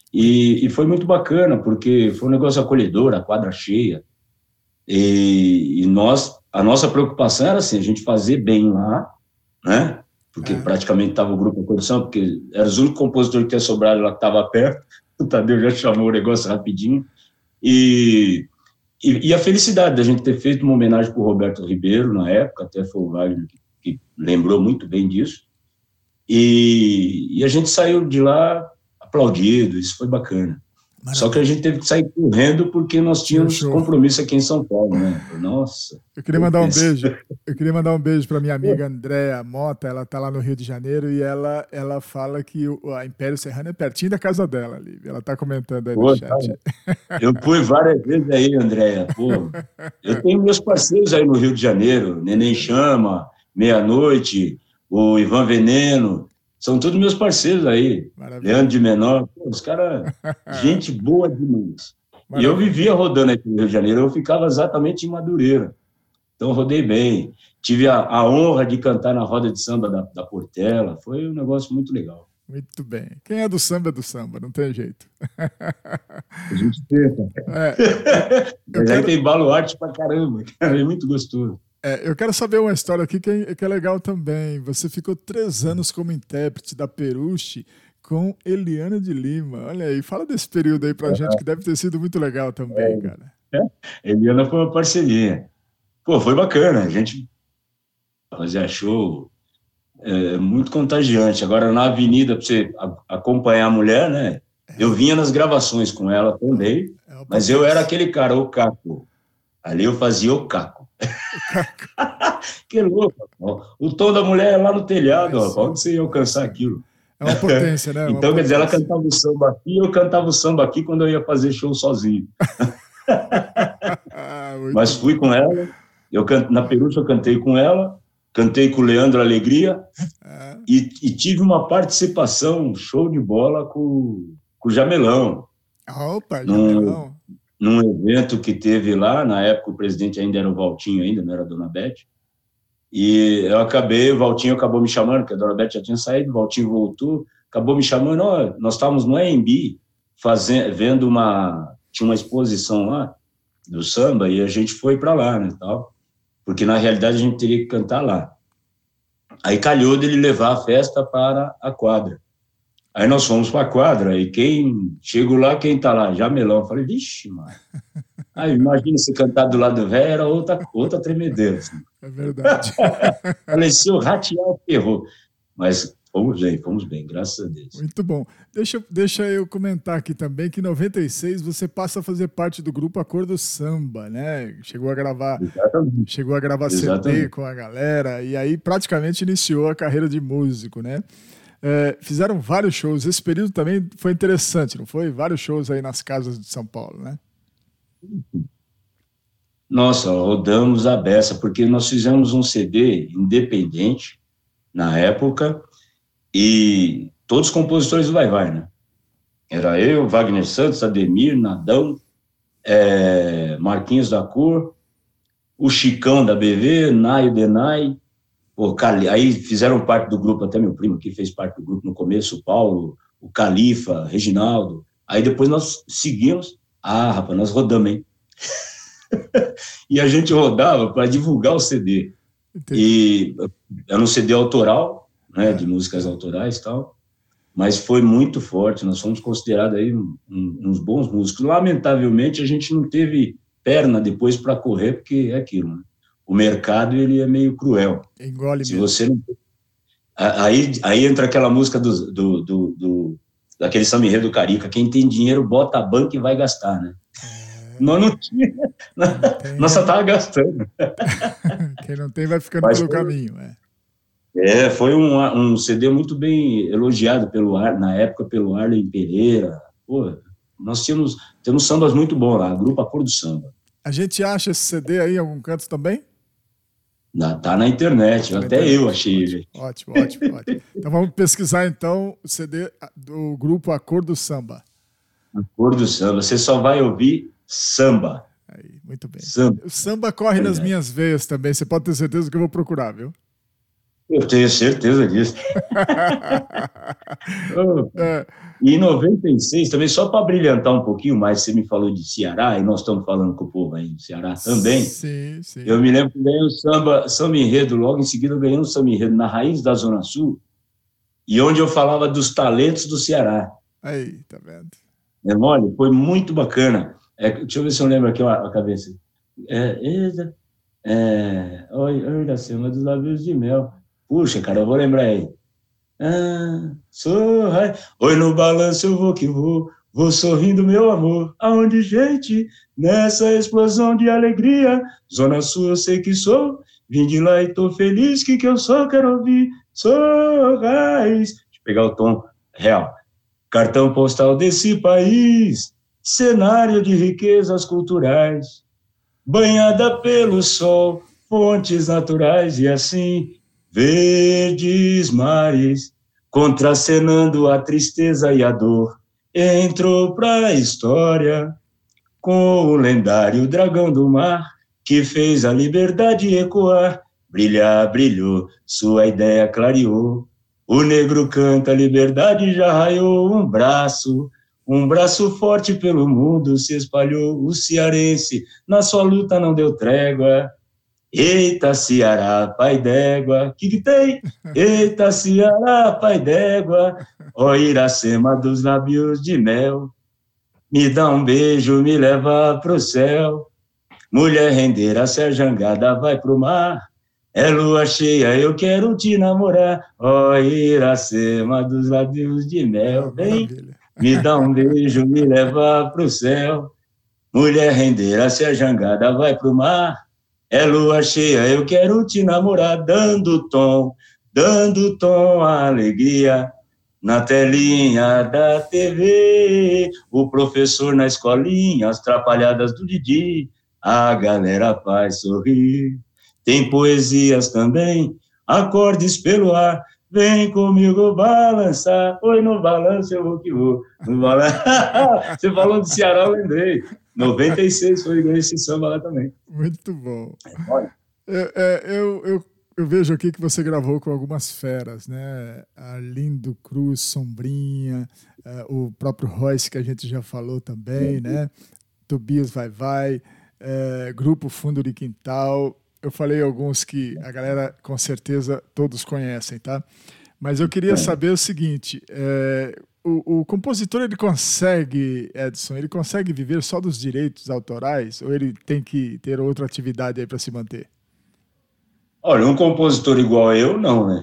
E, e foi muito bacana, porque foi um negócio acolhedor, a quadra cheia. E, e nós, a nossa preocupação era assim, a gente fazer bem lá, né? Porque é. praticamente estava o grupo Acordo Samba, porque era os únicos compositores que tinha sobrado lá que estava perto. O Tadeu já chamou o negócio rapidinho. E, e, e a felicidade da gente ter feito uma homenagem para o Roberto Ribeiro, na época, até foi o Wagner que, que lembrou muito bem disso. E, e a gente saiu de lá aplaudido, isso foi bacana. Maravilha. Só que a gente teve que sair correndo porque nós tínhamos Show. compromisso aqui em São Paulo, né? Nossa. Eu queria mandar um beijo. Eu queria mandar um beijo para minha amiga Andréa Mota, ela tá lá no Rio de Janeiro e ela, ela fala que o, a Império Serrano é pertinho da casa dela ali. Ela tá comentando aí Pô, no chat. Tá. Eu fui várias vezes aí, Andréa. Pô, eu tenho meus parceiros aí no Rio de Janeiro, Neném Chama, Meia-Noite, o Ivan Veneno. São todos meus parceiros aí. Maravilha. Leandro de Menor. Pô, os caras, gente boa demais. Maravilha. E eu vivia rodando aqui no Rio de Janeiro, eu ficava exatamente em Madureira. Então, rodei bem. Tive a, a honra de cantar na roda de samba da, da Portela. Foi um negócio muito legal. Muito bem. Quem é do samba é do samba, não tem jeito. A gente tenta. É, Mas quero... aí tem baluarte pra caramba. É muito gostoso. É, eu quero saber uma história aqui que é, que é legal também. Você ficou três anos como intérprete da Peruche com Eliana de Lima. Olha aí, fala desse período aí pra é. gente, que deve ter sido muito legal também, é. cara. É. Eliana foi uma parceria. Pô, foi bacana. A gente fazia show é, muito contagiante. Agora, na avenida, pra você acompanhar a mulher, né? É. Eu vinha nas gravações com ela também, é, mas eu era aquele cara, o caco. Ali eu fazia o caco. Que louco, ó. O tom da mulher é lá no telhado, ó. Onde você ia alcançar aquilo? É uma potência, né? Uma então, potência. Quer dizer, ela cantava o samba aqui, eu cantava o samba aqui quando eu ia fazer show sozinho. Mas fui com ela, eu canto, na Peruche eu cantei com ela, cantei com o Leandro Alegria é. e, e tive uma participação, show de bola com, com o Jamelão. Opa, Jamelão. Num, num evento que teve lá, na época o presidente ainda era o Valtinho, ainda não era a Dona Beth, e eu acabei, o Valtinho acabou me chamando, porque a Dona Beth já tinha saído, o Valtinho voltou, acabou me chamando, ó, nós estávamos no A M B, fazendo, vendo uma, tinha uma exposição lá, do samba, e a gente foi para lá, né, tal, porque na realidade a gente teria que cantar lá. Aí calhou dele levar a festa para a quadra. Aí nós fomos para a quadra, e quem chegou lá, quem tá lá? Jamelão. Eu falei, vixe, mano. Aí imagina se cantar do lado do velho, era outra, outra tremedeira. Assim. É verdade. Falei, se eu ratear, ferrou. Mas fomos bem, fomos bem, graças a Deus. Muito bom. Deixa, deixa eu comentar aqui também que em noventa e seis você passa a fazer parte do grupo Acordo Samba, né? Chegou a gravar, Exatamente. chegou a gravar Exatamente. C D com a galera, e aí praticamente iniciou a carreira de músico, né? É, fizeram vários shows. Esse período também foi interessante, não foi? Vários shows aí nas casas de São Paulo, né? Nossa, rodamos a beça, porque nós fizemos um C D independente na época e todos os compositores do Vai Vai, né? Era eu, Wagner Santos, Ademir, Nadão, é, Marquinhos da Cor, o Chicão da B V, Naio Denai. O Cali, aí fizeram parte do grupo, até meu primo que fez parte do grupo no começo, o Paulo, o Califa, Reginaldo. Aí depois nós seguimos. Ah, rapaz, nós rodamos, hein? E a gente rodava para divulgar o C D. Entendi. E era um C D autoral, né, de músicas autorais e tal, mas foi muito forte. Nós fomos considerados aí um, um, uns bons músicos. Lamentavelmente, a gente não teve perna depois para correr, porque é aquilo, né? O mercado, ele é meio cruel. Engole Se mesmo. você não... aí, aí entra aquela música do, do, do, do, daquele samba enredo do Carica, quem tem dinheiro bota a banca e vai gastar, né? É... Nós não tinha, não nós só estávamos gastando. Quem não tem vai ficando Mas pelo foi... caminho. É, é foi um, um C D muito bem elogiado pelo Ar, na época pelo Arlen Pereira. Pô, nós tínhamos, temos sambas muito bons lá, Grupo Acordo Samba. A gente acha esse C D aí em algum canto também? Tá na internet, tá na até internet. Eu achei ele. Ótimo, ótimo, ótimo. Então vamos pesquisar então o C D do grupo Acordo Samba. Acordo Samba, você só vai ouvir samba. Aí, muito bem. Samba. O samba corre é nas minhas veias também, você pode ter certeza que eu vou procurar, viu? Eu tenho certeza disso. É. E em noventa e seis, também, só para brilhantar um pouquinho mais, você me falou de Ceará, e nós estamos falando com o povo aí do Ceará também. Sim, sim. Eu me lembro que ganhei um samba, samba enredo, logo em seguida eu ganhei um samba enredo na Raiz da Zona Sul, e onde eu falava dos talentos do Ceará. Aí, tá vendo? É, olha, foi muito bacana. É, deixa eu ver se eu lembro aqui a, a cabeça. É, é, é, oi, oi, da cima dos lábios de mel. Puxa, cara, eu vou lembrar aí. Ah, sou, ai, oi, no balanço eu vou que vou, vou sorrindo, meu amor, aonde, gente, nessa explosão de alegria, Zona Sul eu sei que sou, vim de lá e tô feliz, que que eu só quero ouvir, sou raiz. Deixa eu pegar o tom real. Cartão postal desse país, cenário de riquezas culturais, banhada pelo sol, fontes naturais e assim, verdes mares, contracenando a tristeza e a dor, entrou pra história com o lendário dragão do mar, que fez a liberdade ecoar, brilhar, brilhou, sua ideia clareou, o negro canta, a liberdade já raiou, um braço, um braço forte pelo mundo se espalhou, o cearense na sua luta não deu trégua. Eita, Ceará, pai d'égua, que que tem? Eita, Ceará, pai d'égua, ó Iracema dos lábios de mel, me dá um beijo, me leva pro céu, mulher rendeira, se a jangada vai pro mar, é lua cheia, eu quero te namorar, ó Iracema dos lábios de mel, vem, me dá um beijo, me leva pro céu, mulher rendeira, se a jangada vai pro mar, é lua cheia, eu quero te namorar, dando tom, dando tom à alegria, na telinha da T V, o professor na escolinha, as trapalhadas do Didi, a galera faz sorrir. Tem poesias também, acordes pelo ar, vem comigo balançar, oi, no balanço eu vou que vou. No balanço... Você falou do Ceará, eu lembrei. noventa e seis foi esse samba lá também. Muito bom. É, é, eu, eu, eu vejo aqui que você gravou com algumas feras, né? Arlindo Cruz, Sombrinha, é, o próprio Royce, que a gente já falou também, né? Tobias Vai Vai, é, Grupo Fundo de Quintal. Eu falei alguns que a galera, com certeza, todos conhecem, tá? Mas eu queria saber o seguinte... É, O, o compositor, ele consegue, Edson, ele consegue viver só dos direitos autorais ou ele tem que ter outra atividade aí para se manter? Olha, um compositor igual eu, não, né?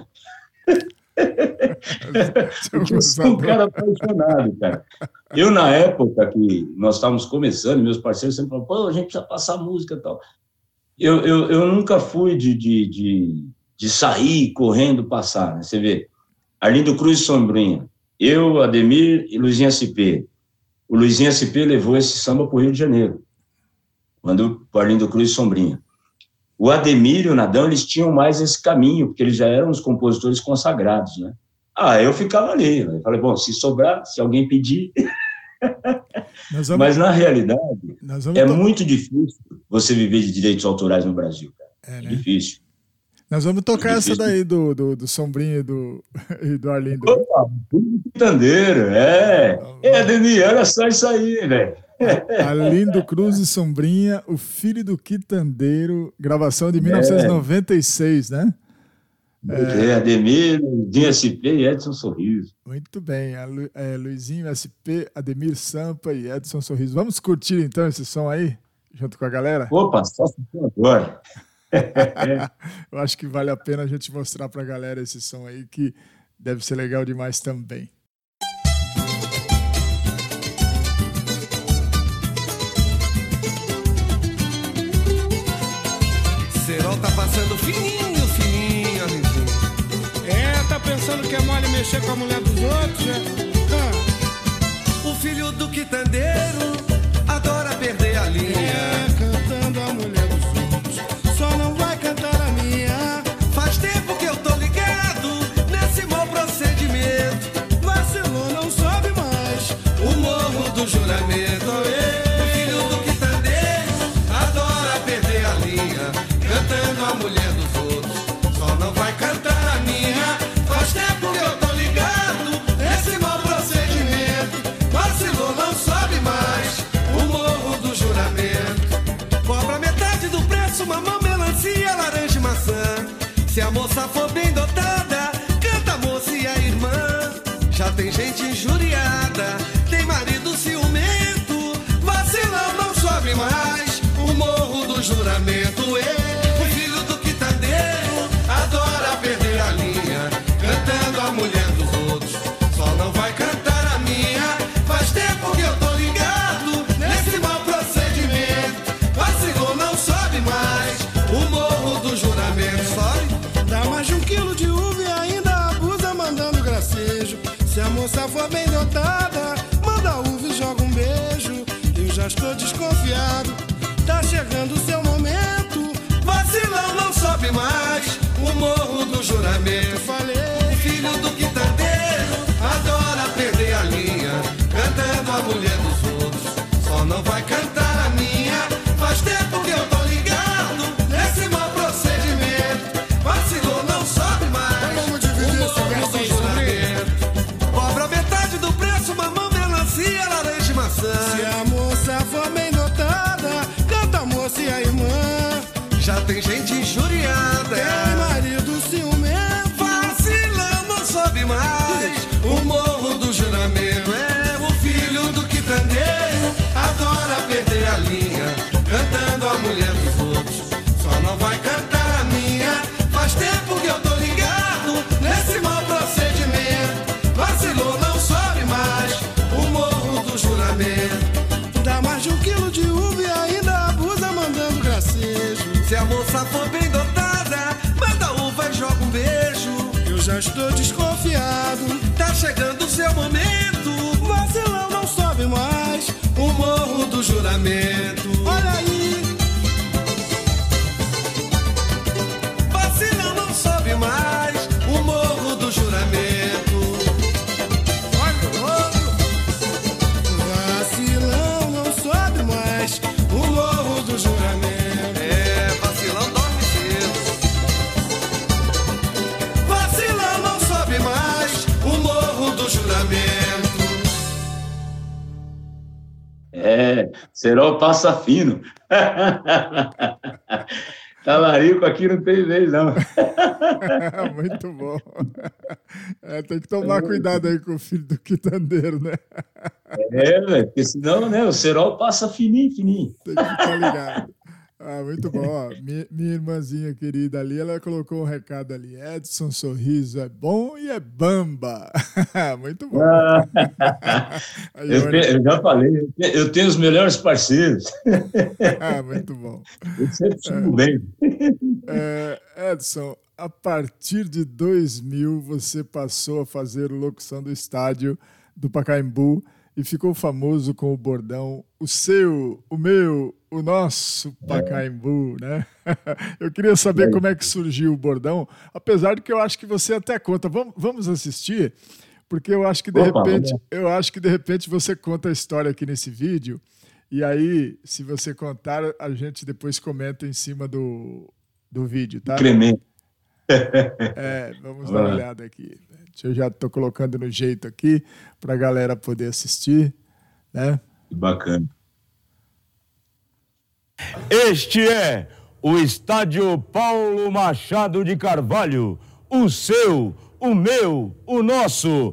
Eu sou um cara apaixonado, cara. Eu, na época que nós estávamos começando, meus parceiros sempre falavam, pô, a gente precisa passar música e tal. Eu, eu, eu nunca fui de, de, de, de sair correndo passar, né? Você vê, Arlindo Cruz e Sombrinha, eu, Ademir e Luizinho S P. O Luizinho S P levou esse samba para o Rio de Janeiro, quando o Arlindo Cruz e Sombrinha. O Ademir e o Nadão, eles tinham mais esse caminho, porque eles já eram os compositores consagrados, né? Ah, eu ficava ali. Eu falei, bom, se sobrar, se alguém pedir... Vamos... Mas, na realidade, é to... muito difícil você viver de direitos autorais no Brasil, cara. É, né? É difícil. Nós vamos tocar é essa daí do, do, do Sombrinha e do, e do Arlindo. Opa, do Quitandeiro, é. É, Ademir, olha só isso aí, velho. Arlindo Cruz e Sombrinha, o filho do Quitandeiro, gravação de mil novecentos e noventa e seis, né? É, é Ademir, Luizinho S P e Edson Sorriso. Muito bem, a Lu, é, Luizinho S P, Ademir Sampa e Edson Sorriso. Vamos curtir então esse som aí, junto com a galera? Opa, só agora. Eu acho que vale a pena a gente mostrar pra galera esse som aí, que deve ser legal demais também. Serol tá passando fininho, fininho, Arlindinho. É, tá pensando que é mole mexer com a mulher dos outros, né? Ah. O filho do quitandeiro adora perder a linha. É, cantando a mulher dos outros, só não vai cantar a minha. Faz tempo que eu tô ligado nesse mau procedimento. Vacilou, não sobe mais o morro do juramento. O filho do quitandeiro adora perder a linha, cantando a mulher dos outros, só não vai cantar a minha. for bem dotada, canta a moça e a irmã. Já tem gente injuriada, tem marido ciumento, vacilão não sobe mais o morro do juramento. Ei, o filho do quitandeiro adora perder a linha, cantando a mulher dos outros, só não vai cantar a minha. Faz tempo que eu tô ligado nesse mau procedimento, vacilou não sobe mais o morro do juramento. Sobe, dá mais de um quilo de uva e ainda abusa mandando gracejo. Se a moça for bem dotada, manda uva e joga um beijo. Eu já estou desconfiado, tá chegando o seu momento, vacilão não sobe mais o morro do juramento. Eu falei, filho do quitandeiro adora perder a linha, cantando a mulher dos outros, só não vai cantar a minha. Faz tempo que eu tô ligado nesse mau procedimento, vacilou não sobe mais vamos dividir o esse morro verso do aí, juramento. Cobra metade do preço, mamão, melancia, laranja e maçã. se a moça for bem dotada, canta a moça e a irmã. Já tem gente injuriada, Tem marido ciumento, vacilão não sobe mais o morro do juramento. É o filho do quitandeiro adora perder a linha, cantando a mulher dos outros, só não vai cantar a minha. Faz tempo que eu tô ligado nesse mau procedimento, vacilou não sobe mais o morro do juramento. dá mais de um quilo de uva e ainda abusa mandando gracejo. Se a moça for bem dotada, manda uva e joga um beijo. Eu já estou desconfiado, Tá chegando o seu momento, vacilão não sobe mais. o morro do juramento. Olha aí, Vacilão não sobe mais o morro do juramento. olha o outro. Vacilão não sobe mais o morro do juramento. É, vacilão dorme cedo. Vacilão não sobe mais o morro do juramento. É, Serol passa fino. Talarico aqui não tem vez, não. Muito bom. É, tem que tomar cuidado aí com o filho do quitandeiro, né? É, velho, porque senão, né, o Serol passa fininho, fininho. Tem que ficar ligado. Ah, muito bom. Ó, minha, minha irmãzinha querida ali, ela colocou um recado ali. Edson, sorriso é bom e é bamba. Muito bom. Ah, Aí, eu, olha- eu já falei, eu tenho os melhores parceiros. Ah, muito bom. Eu sempre fico bem. É, Edson, a partir de dois mil, você passou a fazer locução do estádio do Pacaembu e ficou famoso com o bordão o seu, o meu, o nosso Pacaembu, né? Eu queria saber como é que surgiu o bordão, apesar de que eu acho que você até conta. Vamos, vamos assistir, porque eu acho que de Opa, repente, vamos eu acho que de repente você conta a história aqui nesse vídeo. E aí, se você contar, a gente depois comenta em cima do, do vídeo, tá? Incremento. É, vamos dar uma Ah. olhada aqui. Eu já estou colocando no jeito aqui para a galera poder assistir, né? Que bacana. Este é o Estádio Paulo Machado de Carvalho, o seu, o meu, o nosso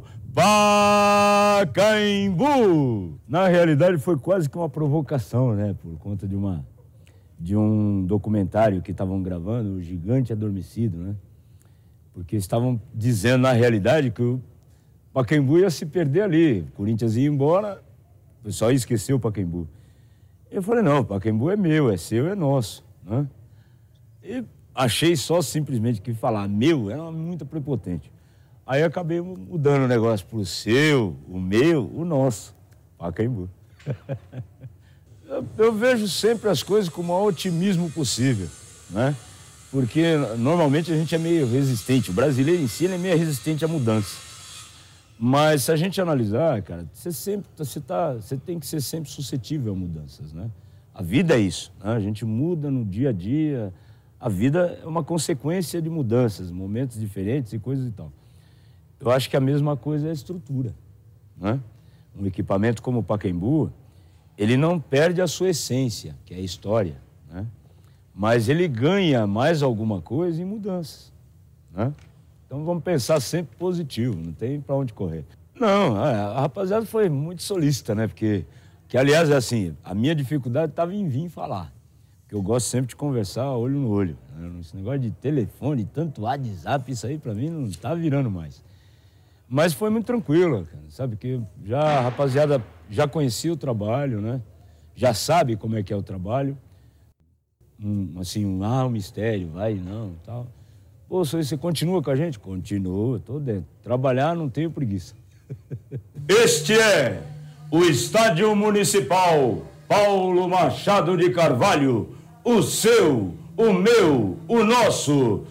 Pacaembu. Na realidade foi quase que uma provocação, né? Por conta de uma de um documentário que estavam gravando, O Gigante Adormecido, né? Porque estavam dizendo na realidade que o Pacaembu ia se perder ali, o Corinthians ia embora, o pessoal ia esquecer o Pacaembu. Eu falei, não, o Pacaembu é meu, é seu, é nosso, né? E achei só simplesmente que falar meu era muito prepotente. Aí acabei mudando o negócio pro seu, o meu, o nosso, Pacaembu. eu, eu vejo sempre as coisas com o maior otimismo possível, né? Porque normalmente a gente é meio resistente, o brasileiro em si ele é meio resistente à mudança. Mas se a gente analisar, cara, você sempre, você tá, você tem que ser sempre suscetível a mudanças, né? A vida é isso, né? A gente muda no dia a dia, a vida é uma consequência de mudanças, momentos diferentes e coisas e tal. Eu acho que a mesma coisa é a estrutura, né? Um equipamento como o Pacaembu, ele não perde a sua essência, que é a história, né? Mas ele ganha mais alguma coisa em mudanças, né? Então vamos pensar sempre positivo, não tem para onde correr. Não, a rapaziada foi muito solícita, né? Porque, que aliás, é assim, a minha dificuldade estava em vir falar. Porque eu gosto sempre de conversar olho no olho. Né? Esse negócio de telefone, tanto WhatsApp, isso aí para mim não tá virando mais. Mas foi muito tranquilo, cara, sabe? Que já a rapaziada já conhecia o trabalho, né? Já sabe como é que é o trabalho. Um, assim, um, ah, um mistério, vai, não, tal. Pô, você continua com a gente? Continua, tô dentro. Trabalhar não tenho preguiça. Este é o Estádio Municipal Paulo Machado de Carvalho, o seu, o meu, o nosso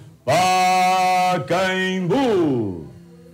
Pacaembu.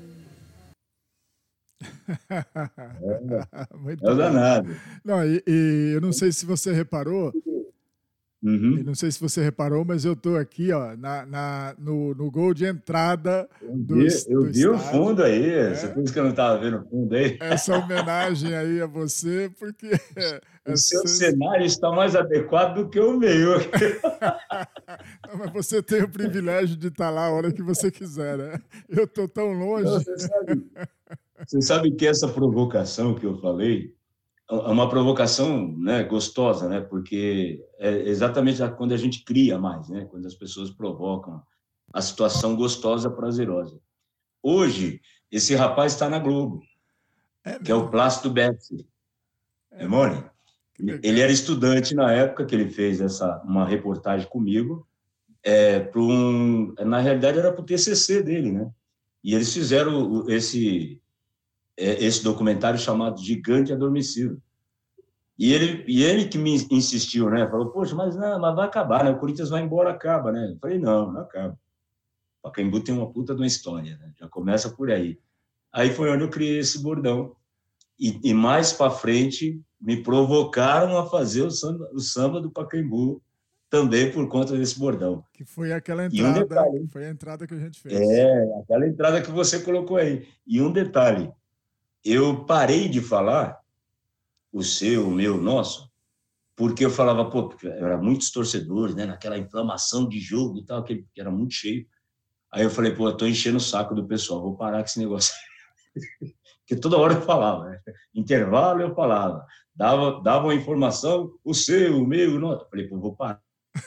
É, Muito é o danado. Não, e, e eu não sei se você reparou, Uhum. eu não sei se você reparou, mas eu tô aqui, ó, na, na, no, no gol de entrada do, Eu vi, eu do vi o estádio. fundo aí, É. você pensa que eu não estava vendo o fundo aí? Essa homenagem aí a você, porque... O seu essa- cenário está mais adequado do que o meu. Não, mas você tem o privilégio de estar lá a hora que você quiser, né? Eu tô tão longe. Não, Você sabe, você sabe que essa provocação que eu falei é uma provocação, né, gostosa, né? Porque é exatamente quando a gente cria mais, né? Quando as pessoas provocam a situação gostosa, prazerosa. Hoje, esse rapaz está na Globo, que é o Plácido Betsi. É mole? Ele era estudante na época que ele fez essa, uma reportagem comigo, é, para um, na realidade era para o T C C dele, né? E eles fizeram esse, esse documentário chamado Gigante Adormecido. E ele, e ele que me insistiu, né? Falou, poxa, mas, não, mas vai acabar, né? O Corinthians vai embora, acaba, né? Eu falei, não, não acaba. O Pacaembu tem uma puta de uma história, né? Já começa por aí. Aí foi onde eu criei esse bordão. E, e mais para frente, me provocaram a fazer o samba, o samba do Pacaembu, também por conta desse bordão. Que foi aquela E um entrada, detalhe, foi a entrada que a gente fez. é, aquela entrada que você colocou aí. E um detalhe, eu parei de falar o seu, o meu, o nosso, porque eu falava, pô, porque era muitos torcedores, né, naquela inflamação de jogo e tal, que era muito cheio. Aí eu falei, pô, eu tô enchendo o saco do pessoal, vou parar com esse negócio. Porque toda hora eu falava, né? Intervalo eu falava, dava, dava uma informação, o seu, o meu, o nosso. Eu falei, pô, vou parar.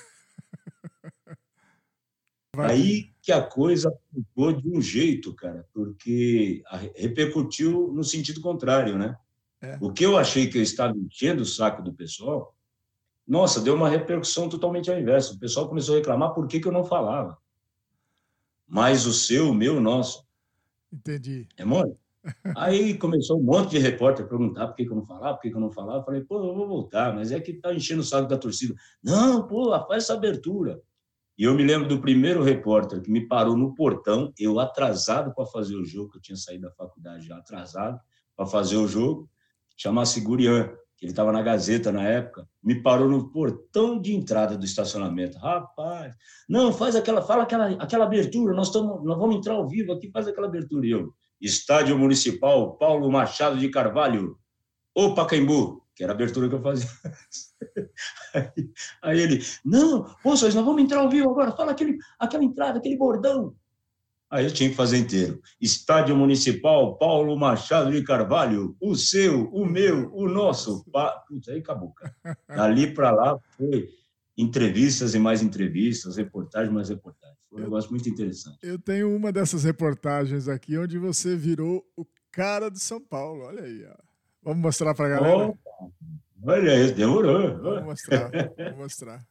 Aí que a coisa ficou de um jeito, cara, porque repercutiu no sentido contrário, né? É. O que eu achei que eu estava enchendo o saco do pessoal, nossa, deu uma repercussão totalmente ao inverso. O pessoal começou a reclamar por que, que eu não falava. Mas o seu, o meu, o nosso. Entendi. É mole? Aí começou um monte de repórter a perguntar por que, que eu não falava, por que, que eu não falava. Eu falei, pô, eu vou voltar, mas é que tá enchendo o saco da torcida. Não, pô, faz essa abertura. E eu me lembro do primeiro repórter que me parou no portão, eu atrasado para fazer o jogo, que eu tinha saído da faculdade já atrasado para fazer o jogo, chamava-se Gurian, que ele estava na Gazeta na época, me parou no portão de entrada do estacionamento. Rapaz, não, faz aquela, fala aquela, aquela abertura, nós, tamo, nós vamos entrar ao vivo aqui, faz aquela abertura. E eu, Estádio Municipal Paulo Machado de Carvalho, o Pacaembu, que era a abertura que eu fazia. Aí, aí ele, não, moças, nós vamos entrar ao vivo agora, fala aquele, aquela entrada, aquele bordão. Aí eu tinha que fazer inteiro. Estádio Municipal Paulo Machado de Carvalho, o seu, o meu, o nosso. Putz, aí acabou, cara. Dali para lá foi entrevistas e mais entrevistas, reportagens mais reportagens. Foi um negócio muito interessante. Eu tenho uma dessas reportagens aqui onde você virou o cara de São Paulo. Olha aí, ó. Vamos mostrar para a galera? Opa, olha isso, demorou. Vamos mostrar, vamos mostrar.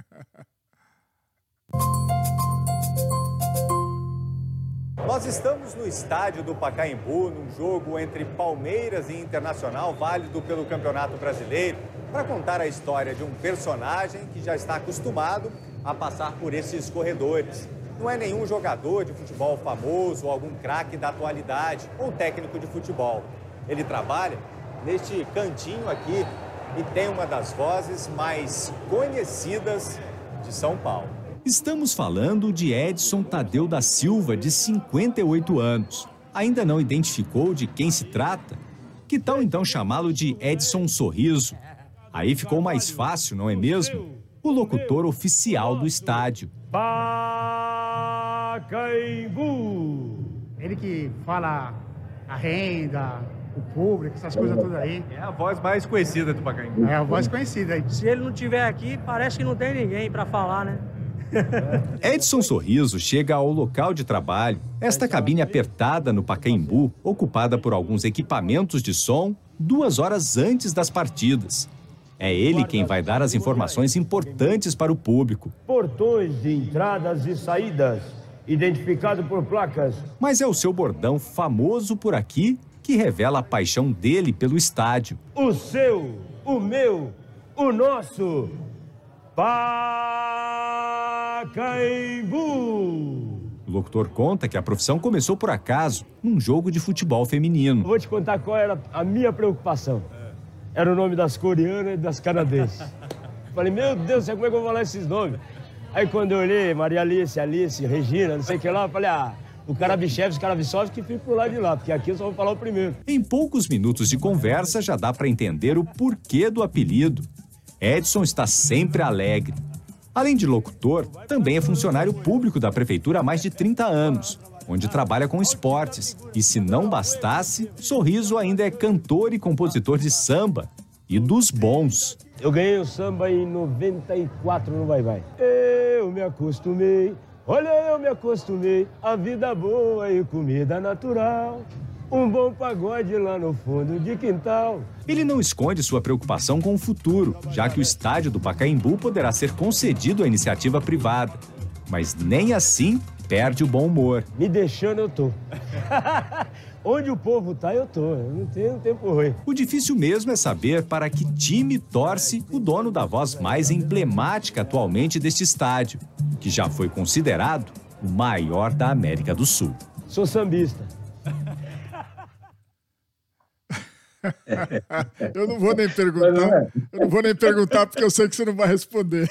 Nós estamos no estádio do Pacaembu, num jogo entre Palmeiras e Internacional, válido pelo Campeonato Brasileiro, para contar a história de um personagem que já está acostumado a passar por esses corredores. Não é nenhum jogador de futebol famoso ou algum craque da atualidade ou técnico de futebol. Ele trabalha neste cantinho aqui e tem uma das vozes mais conhecidas de São Paulo. Estamos falando de Edson Tadeu da Silva, de cinquenta e oito anos. Ainda não identificou de quem se trata? Que tal então chamá-lo de Edson Sorriso? Aí ficou mais fácil, não é mesmo? O locutor oficial do estádio. Pacaembu! Pacaembu. Ele que fala a renda, o público, essas coisas todas aí. É a voz mais conhecida do Pacaembu. É a voz conhecida aí. Se ele não estiver aqui, parece que não tem ninguém para falar, né? Edson Sorriso chega ao local de trabalho. Esta cabine apertada no Pacaembu, ocupada por alguns equipamentos de som, duas horas antes das partidas. É ele quem vai dar as informações importantes para o público. Portões de entradas e saídas, identificado por placas. Mas é o seu bordão famoso por aqui que revela a paixão dele pelo estádio. O seu, o meu, o nosso Pacaembu. O locutor conta que a profissão começou por acaso, num jogo de futebol feminino. Vou te contar qual era a minha preocupação. Era o nome das coreanas e das canadenses. Falei, meu Deus, como é que eu vou falar esses nomes? Aí quando eu olhei, Maria Alice, Alice, Regina, não sei o que lá, eu falei, ah, o Karabchev, o Karavitsov, que fica por lá de lá, porque aqui eu só vou falar o primeiro. Em poucos minutos de conversa, já dá para entender o porquê do apelido. Edson está sempre alegre. Além de locutor, também é funcionário público da prefeitura há mais de trinta anos, onde trabalha com esportes. E se não bastasse, Sorriso ainda é cantor e compositor de samba, e dos bons. Eu ganhei o samba em noventa e quatro no Vai Vai. Eu me acostumei, olha, eu me acostumei, a vida boa e comida natural. Um bom pagode lá no fundo de quintal. Ele não esconde sua preocupação com o futuro, já que o estádio do Pacaembu poderá ser concedido à iniciativa privada. Mas nem assim perde o bom humor. Me deixando, eu tô. Onde o povo tá, eu tô. Eu não tenho tempo ruim. O difícil mesmo é saber para que time torce o dono da voz mais emblemática atualmente deste estádio, que já foi considerado o maior da América do Sul. Sou sambista. Eu não vou nem perguntar. Eu não vou nem perguntar porque eu sei que você não vai responder.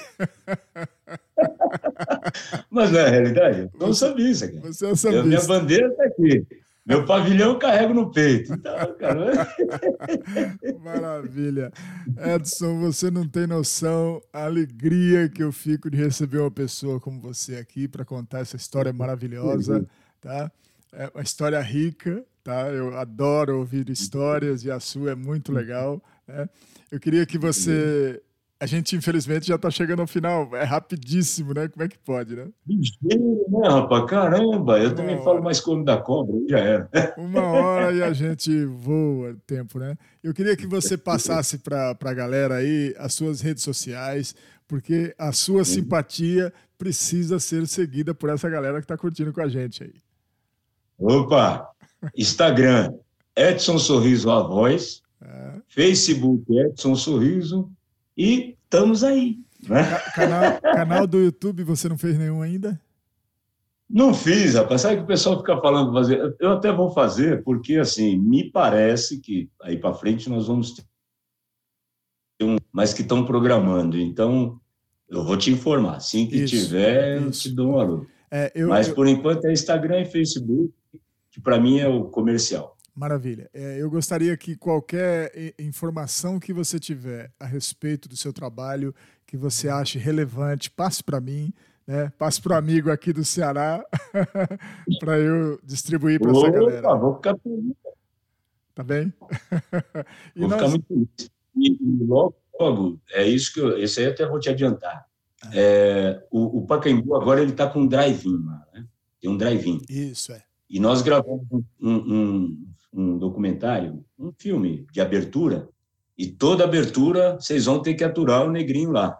Mas não é a realidade? Eu sou sambista, cara. Você é sambista. Eu, minha bandeira está aqui. Meu pavilhão eu carrego no peito. Então, cara... Maravilha. Edson, você não tem noção a alegria que eu fico de receber uma pessoa como você aqui para contar essa história maravilhosa, tá? É uma história rica, tá? Eu adoro ouvir histórias e a sua é muito legal, né? Eu queria que você... A gente, infelizmente, já está chegando ao final. É rapidíssimo, né? Como é que pode, né? Ligeiro, né, rapaz? Caramba, eu também uma falo hora. mais como da cobra, já era. Uma hora e a gente voa tempo, né? Eu queria que você passasse para a galera aí as suas redes sociais, porque a sua simpatia precisa ser seguida por essa galera que está curtindo com a gente aí. Opa! Instagram, Edson Sorriso a voz. É. Facebook, Edson Sorriso. E estamos aí, né? Canal, canal do YouTube, você não fez nenhum ainda? Não fiz, rapaz. Sabe que o pessoal fica falando fazer? Eu até vou fazer, porque, assim, me parece que aí para frente nós vamos ter um, mas que estão programando. Então, eu vou te informar. Assim que isso, tiver, isso. eu te dou um alô. É, eu, mas, eu... por enquanto, é Instagram e Facebook, que para mim é o comercial. Maravilha. É, eu gostaria que qualquer informação que você tiver a respeito do seu trabalho, que você ache relevante, passe para mim, né? Passe para o amigo aqui do Ceará, para eu distribuir para essa galera. Vou ficar feliz. Tá bem? e vou nós... ficar muito feliz. E logo, logo, é isso que eu... Esse aí até vou te adiantar. Ah. É, o, o Pacaembu agora ele está com um drive-in, né? Tem um drive-in. Isso, é. E nós gravamos um... um um documentário, um filme de abertura, e toda abertura vocês vão ter que aturar o negrinho lá.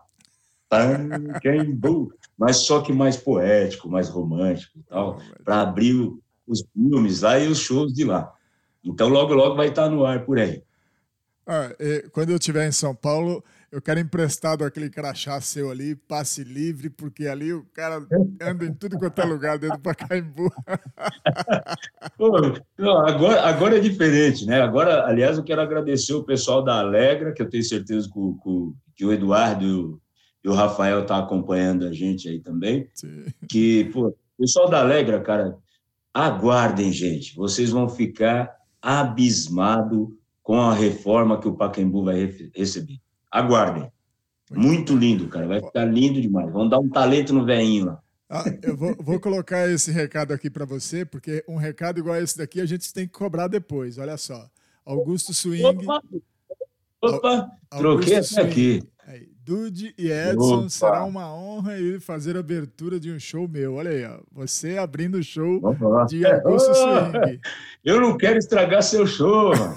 Mas só que mais poético, mais romântico e tal, para abrir os filmes lá e os shows de lá. Então, logo, logo vai estar no ar por aí. Ah, quando eu estiver em São Paulo, eu quero emprestado aquele crachá seu ali, passe livre, porque ali o cara anda em tudo quanto é lugar dentro do Pacaembu. Pô, não, agora, agora é diferente, né? Agora, aliás, eu quero agradecer o pessoal da Alegra, que eu tenho certeza que o, que o Eduardo e o, e o Rafael estão acompanhando a gente aí também. Sim. Que, pô, o pessoal da Alegra, cara, aguardem, gente. Vocês vão ficar abismados com a reforma que o Pacaembu vai receber. Aguardem. Muito lindo, cara. Vai ficar lindo demais. Vamos dar um talento no velhinho lá. Ah, eu vou, vou colocar esse recado aqui para você, porque um recado igual a esse daqui a gente tem que cobrar depois. Olha só. Augusto Swing. Opa, opa troquei até aqui. Aí, Dude e Edson, Opa. será uma honra ir fazer a abertura de um show meu. Olha aí, ó, você abrindo o show Opa. de Augusto Oh, Swing. Eu não quero estragar seu show, mano.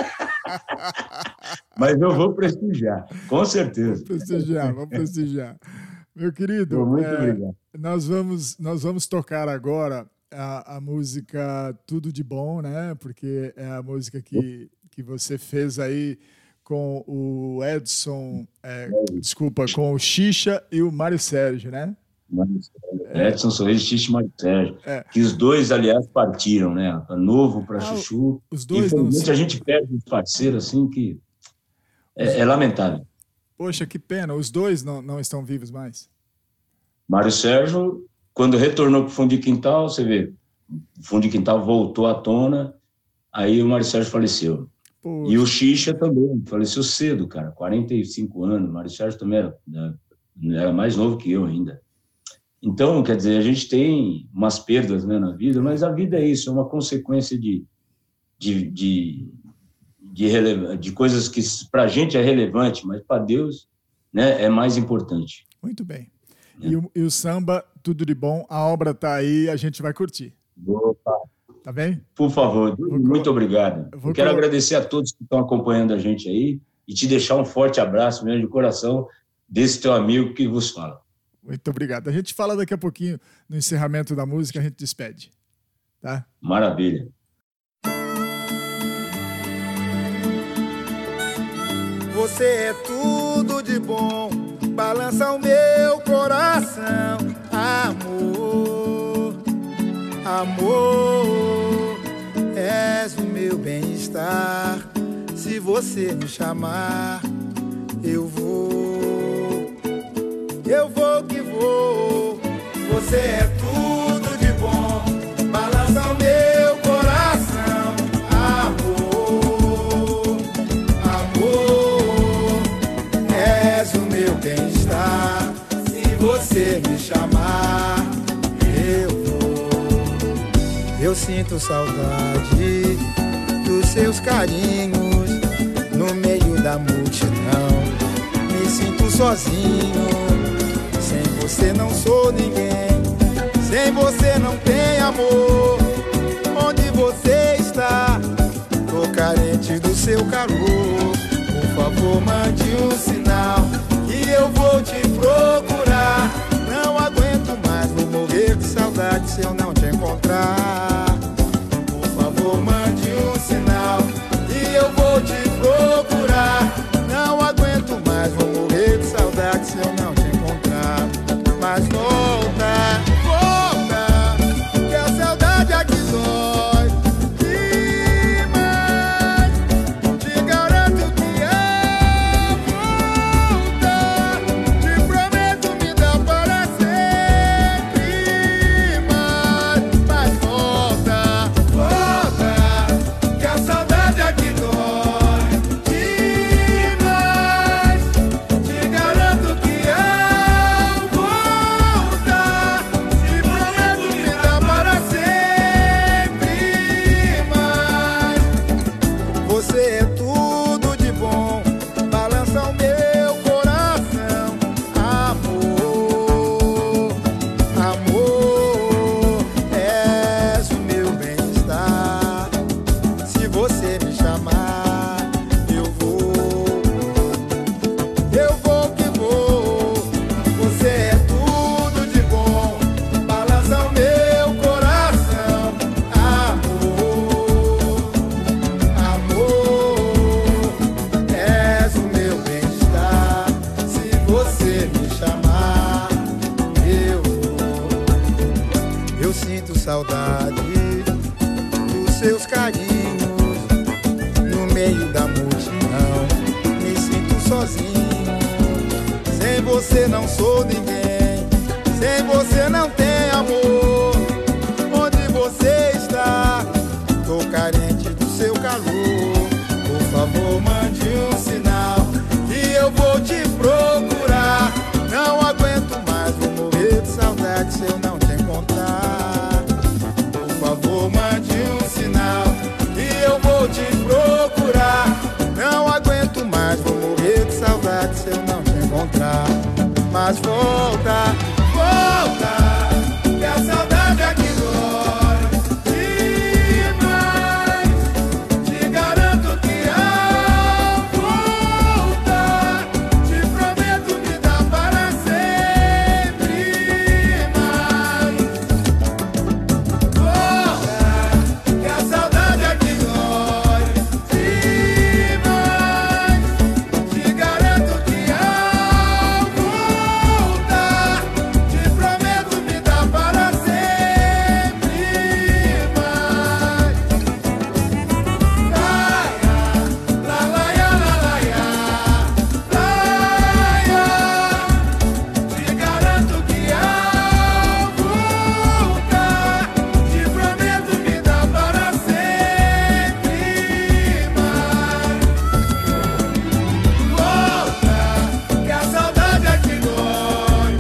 Mas eu vou prestigiar, com certeza. Vamos prestigiar, vamos prestigiar. Meu querido, Muito é, obrigado. nós, vamos, nós vamos tocar agora a, a música Tudo de Bom, né? Porque é a música que, que você fez aí com o Edson, é, desculpa, com o Xixa e o Mário Sérgio, né? É. Edson Sorriso e Xixa Mário Sérgio. É. Que os dois, aliás, partiram, né? Novo para Ah, Chuchu. os dois Infelizmente, não- a gente perde um parceiro assim que é, é lamentável. Poxa, que pena, os dois não, não estão vivos mais. Mário Sérgio, quando retornou para o Fundo de Quintal, você vê, o Fundo de Quintal voltou à tona, aí o Mário Sérgio faleceu. Poxa. E o Xixa também, faleceu cedo, cara, quarenta e cinco anos. O Mário Sérgio também era, né, era mais novo que eu ainda. Então, quer dizer, a gente tem umas perdas, né, na vida, mas a vida é isso, é uma consequência de, de, de, de, rele... de coisas que para a gente é relevante, mas para Deus, né, é mais importante. Muito bem. E o, e o samba, Tudo de Bom, a obra tá aí, a gente vai curtir. Opa. Tá bem? Por favor, muito obrigado. vou Eu quero colo- agradecer a todos que estão acompanhando a gente aí e te deixar um forte abraço mesmo de coração desse teu amigo que vos fala. Muito obrigado. A gente fala daqui a pouquinho no encerramento da música, a gente despede. Tá? Maravilha. Você é tudo de bom, balança o meu coração. Amor, amor, és o meu bem-estar. Se você me chamar, eu vou, eu vou que vou. Você é tudo de bom, balança o meu coração. Amor, amor, és o meu bem-estar. Se você me chamar, eu vou. Eu sinto saudade dos seus carinhos no meio da multidão. Me sinto sozinho, sem você não sou ninguém. Sem você não tem amor. Onde você está? Tô carente do seu calor. Por favor, mande um sinal que eu vou te procurar. Não aguento mais, vou morrer de saudade se eu não te encontrar. Por favor, mande um sinal e eu vou te procurar. Não aguento mais, vou morrer de saudade se eu não te encontrar. Mas volta, volta, que a saudade aqui dói demais. Te garanto que eu voltar. Te prometo me dar para sempre. Mas, mas volta, volta, que a saudade aqui dói demais. Te garanto que eu voltar. Te prometo me dar para sempre. Mas você é tudo de bom, balança o meu coração. Amor, amor, és o meu bem-estar. Se você me chamar, eu vou, eu vou que vou. Você é tudo de bom, balança o meu coração. Amor, amor, és o meu bem-estar. Se você me chamar, eu vou. Eu sinto saudade dos seus carinhos no meio da multidão. Me sinto sozinho, sem você não sou ninguém. Sem você não tem amor. Onde você está? Tô carente do seu calor. Por favor, mande um sinal e eu vou te procurar. Não aguento mais, vou morrer de saudade se eu não saudade se eu não te encontrar. Mas volta, volta, que a saudade aqui dói. E mais, te garanto que ao voltar, te prometo me dar para sempre. Mais, volta, que a saudade aqui dói. E mais, te garanto que ao voltar, te prometo me dar para sempre. Mais, laia, la laia, la laia, laia, te garanto que ao voltar, te prometo me dar para sempre. Mais, volta, que a saudade aqui dói.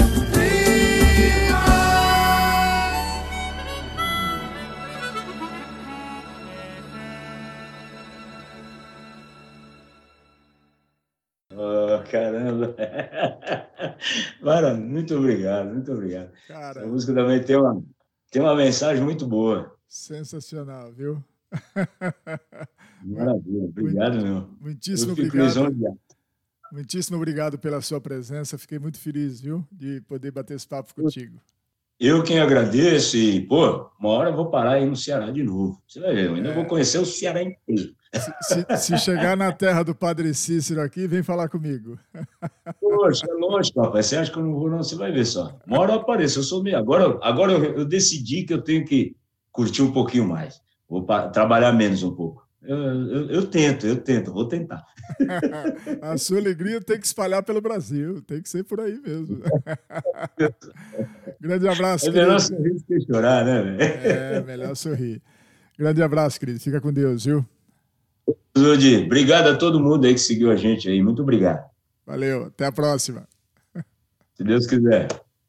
Oh, caramba. Mara, muito obrigado, muito obrigado. Cara, A música também tem uma, tem uma mensagem muito boa. sensacional, viu? Maravilha, obrigado, Muito- meu. Muitíssimo Eu fico obrigado. lisonjeado. Muitíssimo obrigado pela sua presença. Fiquei muito feliz, viu, de poder bater esse papo contigo. Eu quem agradeço e, pô, uma hora eu vou parar aí no Ceará de novo. Você vai ver, eu ainda vou conhecer o Ceará inteiro. Se, se chegar na terra do Padre Cícero aqui, vem falar comigo. Poxa, é lógico, rapaz. Você acha que eu não vou, não? Você vai ver só. Uma hora eu apareço, eu sou meio. Agora, agora eu, eu decidi que eu tenho que curtir um pouquinho mais. Vou pa- trabalhar menos um pouco. Eu, eu, eu tento, eu tento, vou tentar. A sua alegria tem que espalhar pelo Brasil, tem que ser por aí mesmo. Grande abraço, É melhor querido. sorrir do que chorar, né, velho? É, melhor sorrir. Grande abraço, querido. Fica com Deus, viu? Zudi, obrigado a todo mundo aí que seguiu a gente aí. Muito obrigado. Valeu, até a próxima. Se Deus quiser.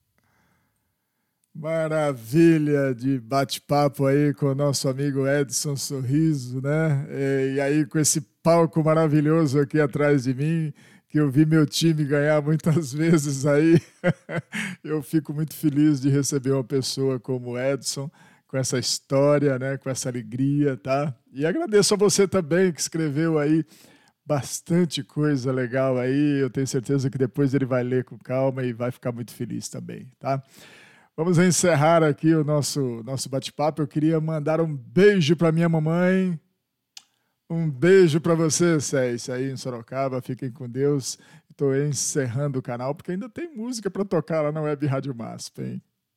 Maravilha de bate-papo aí com o nosso amigo Edson Sorriso, né? E, e aí com esse palco maravilhoso aqui atrás de mim, que eu vi meu time ganhar muitas vezes aí. Eu fico muito feliz de receber uma pessoa como o Edson, com essa história, né? Com essa alegria, tá? E agradeço a você também que escreveu aí bastante coisa legal aí. Eu tenho certeza que depois ele vai ler com calma e vai ficar muito feliz também, tá? Vamos encerrar aqui o nosso, nosso bate-papo. Eu queria mandar um beijo para minha mamãe. Um beijo para você, Cécia, aí em Sorocaba. Fiquem com Deus. Estou encerrando o canal, porque ainda tem música para tocar lá na Web Rádio M A S P, hein?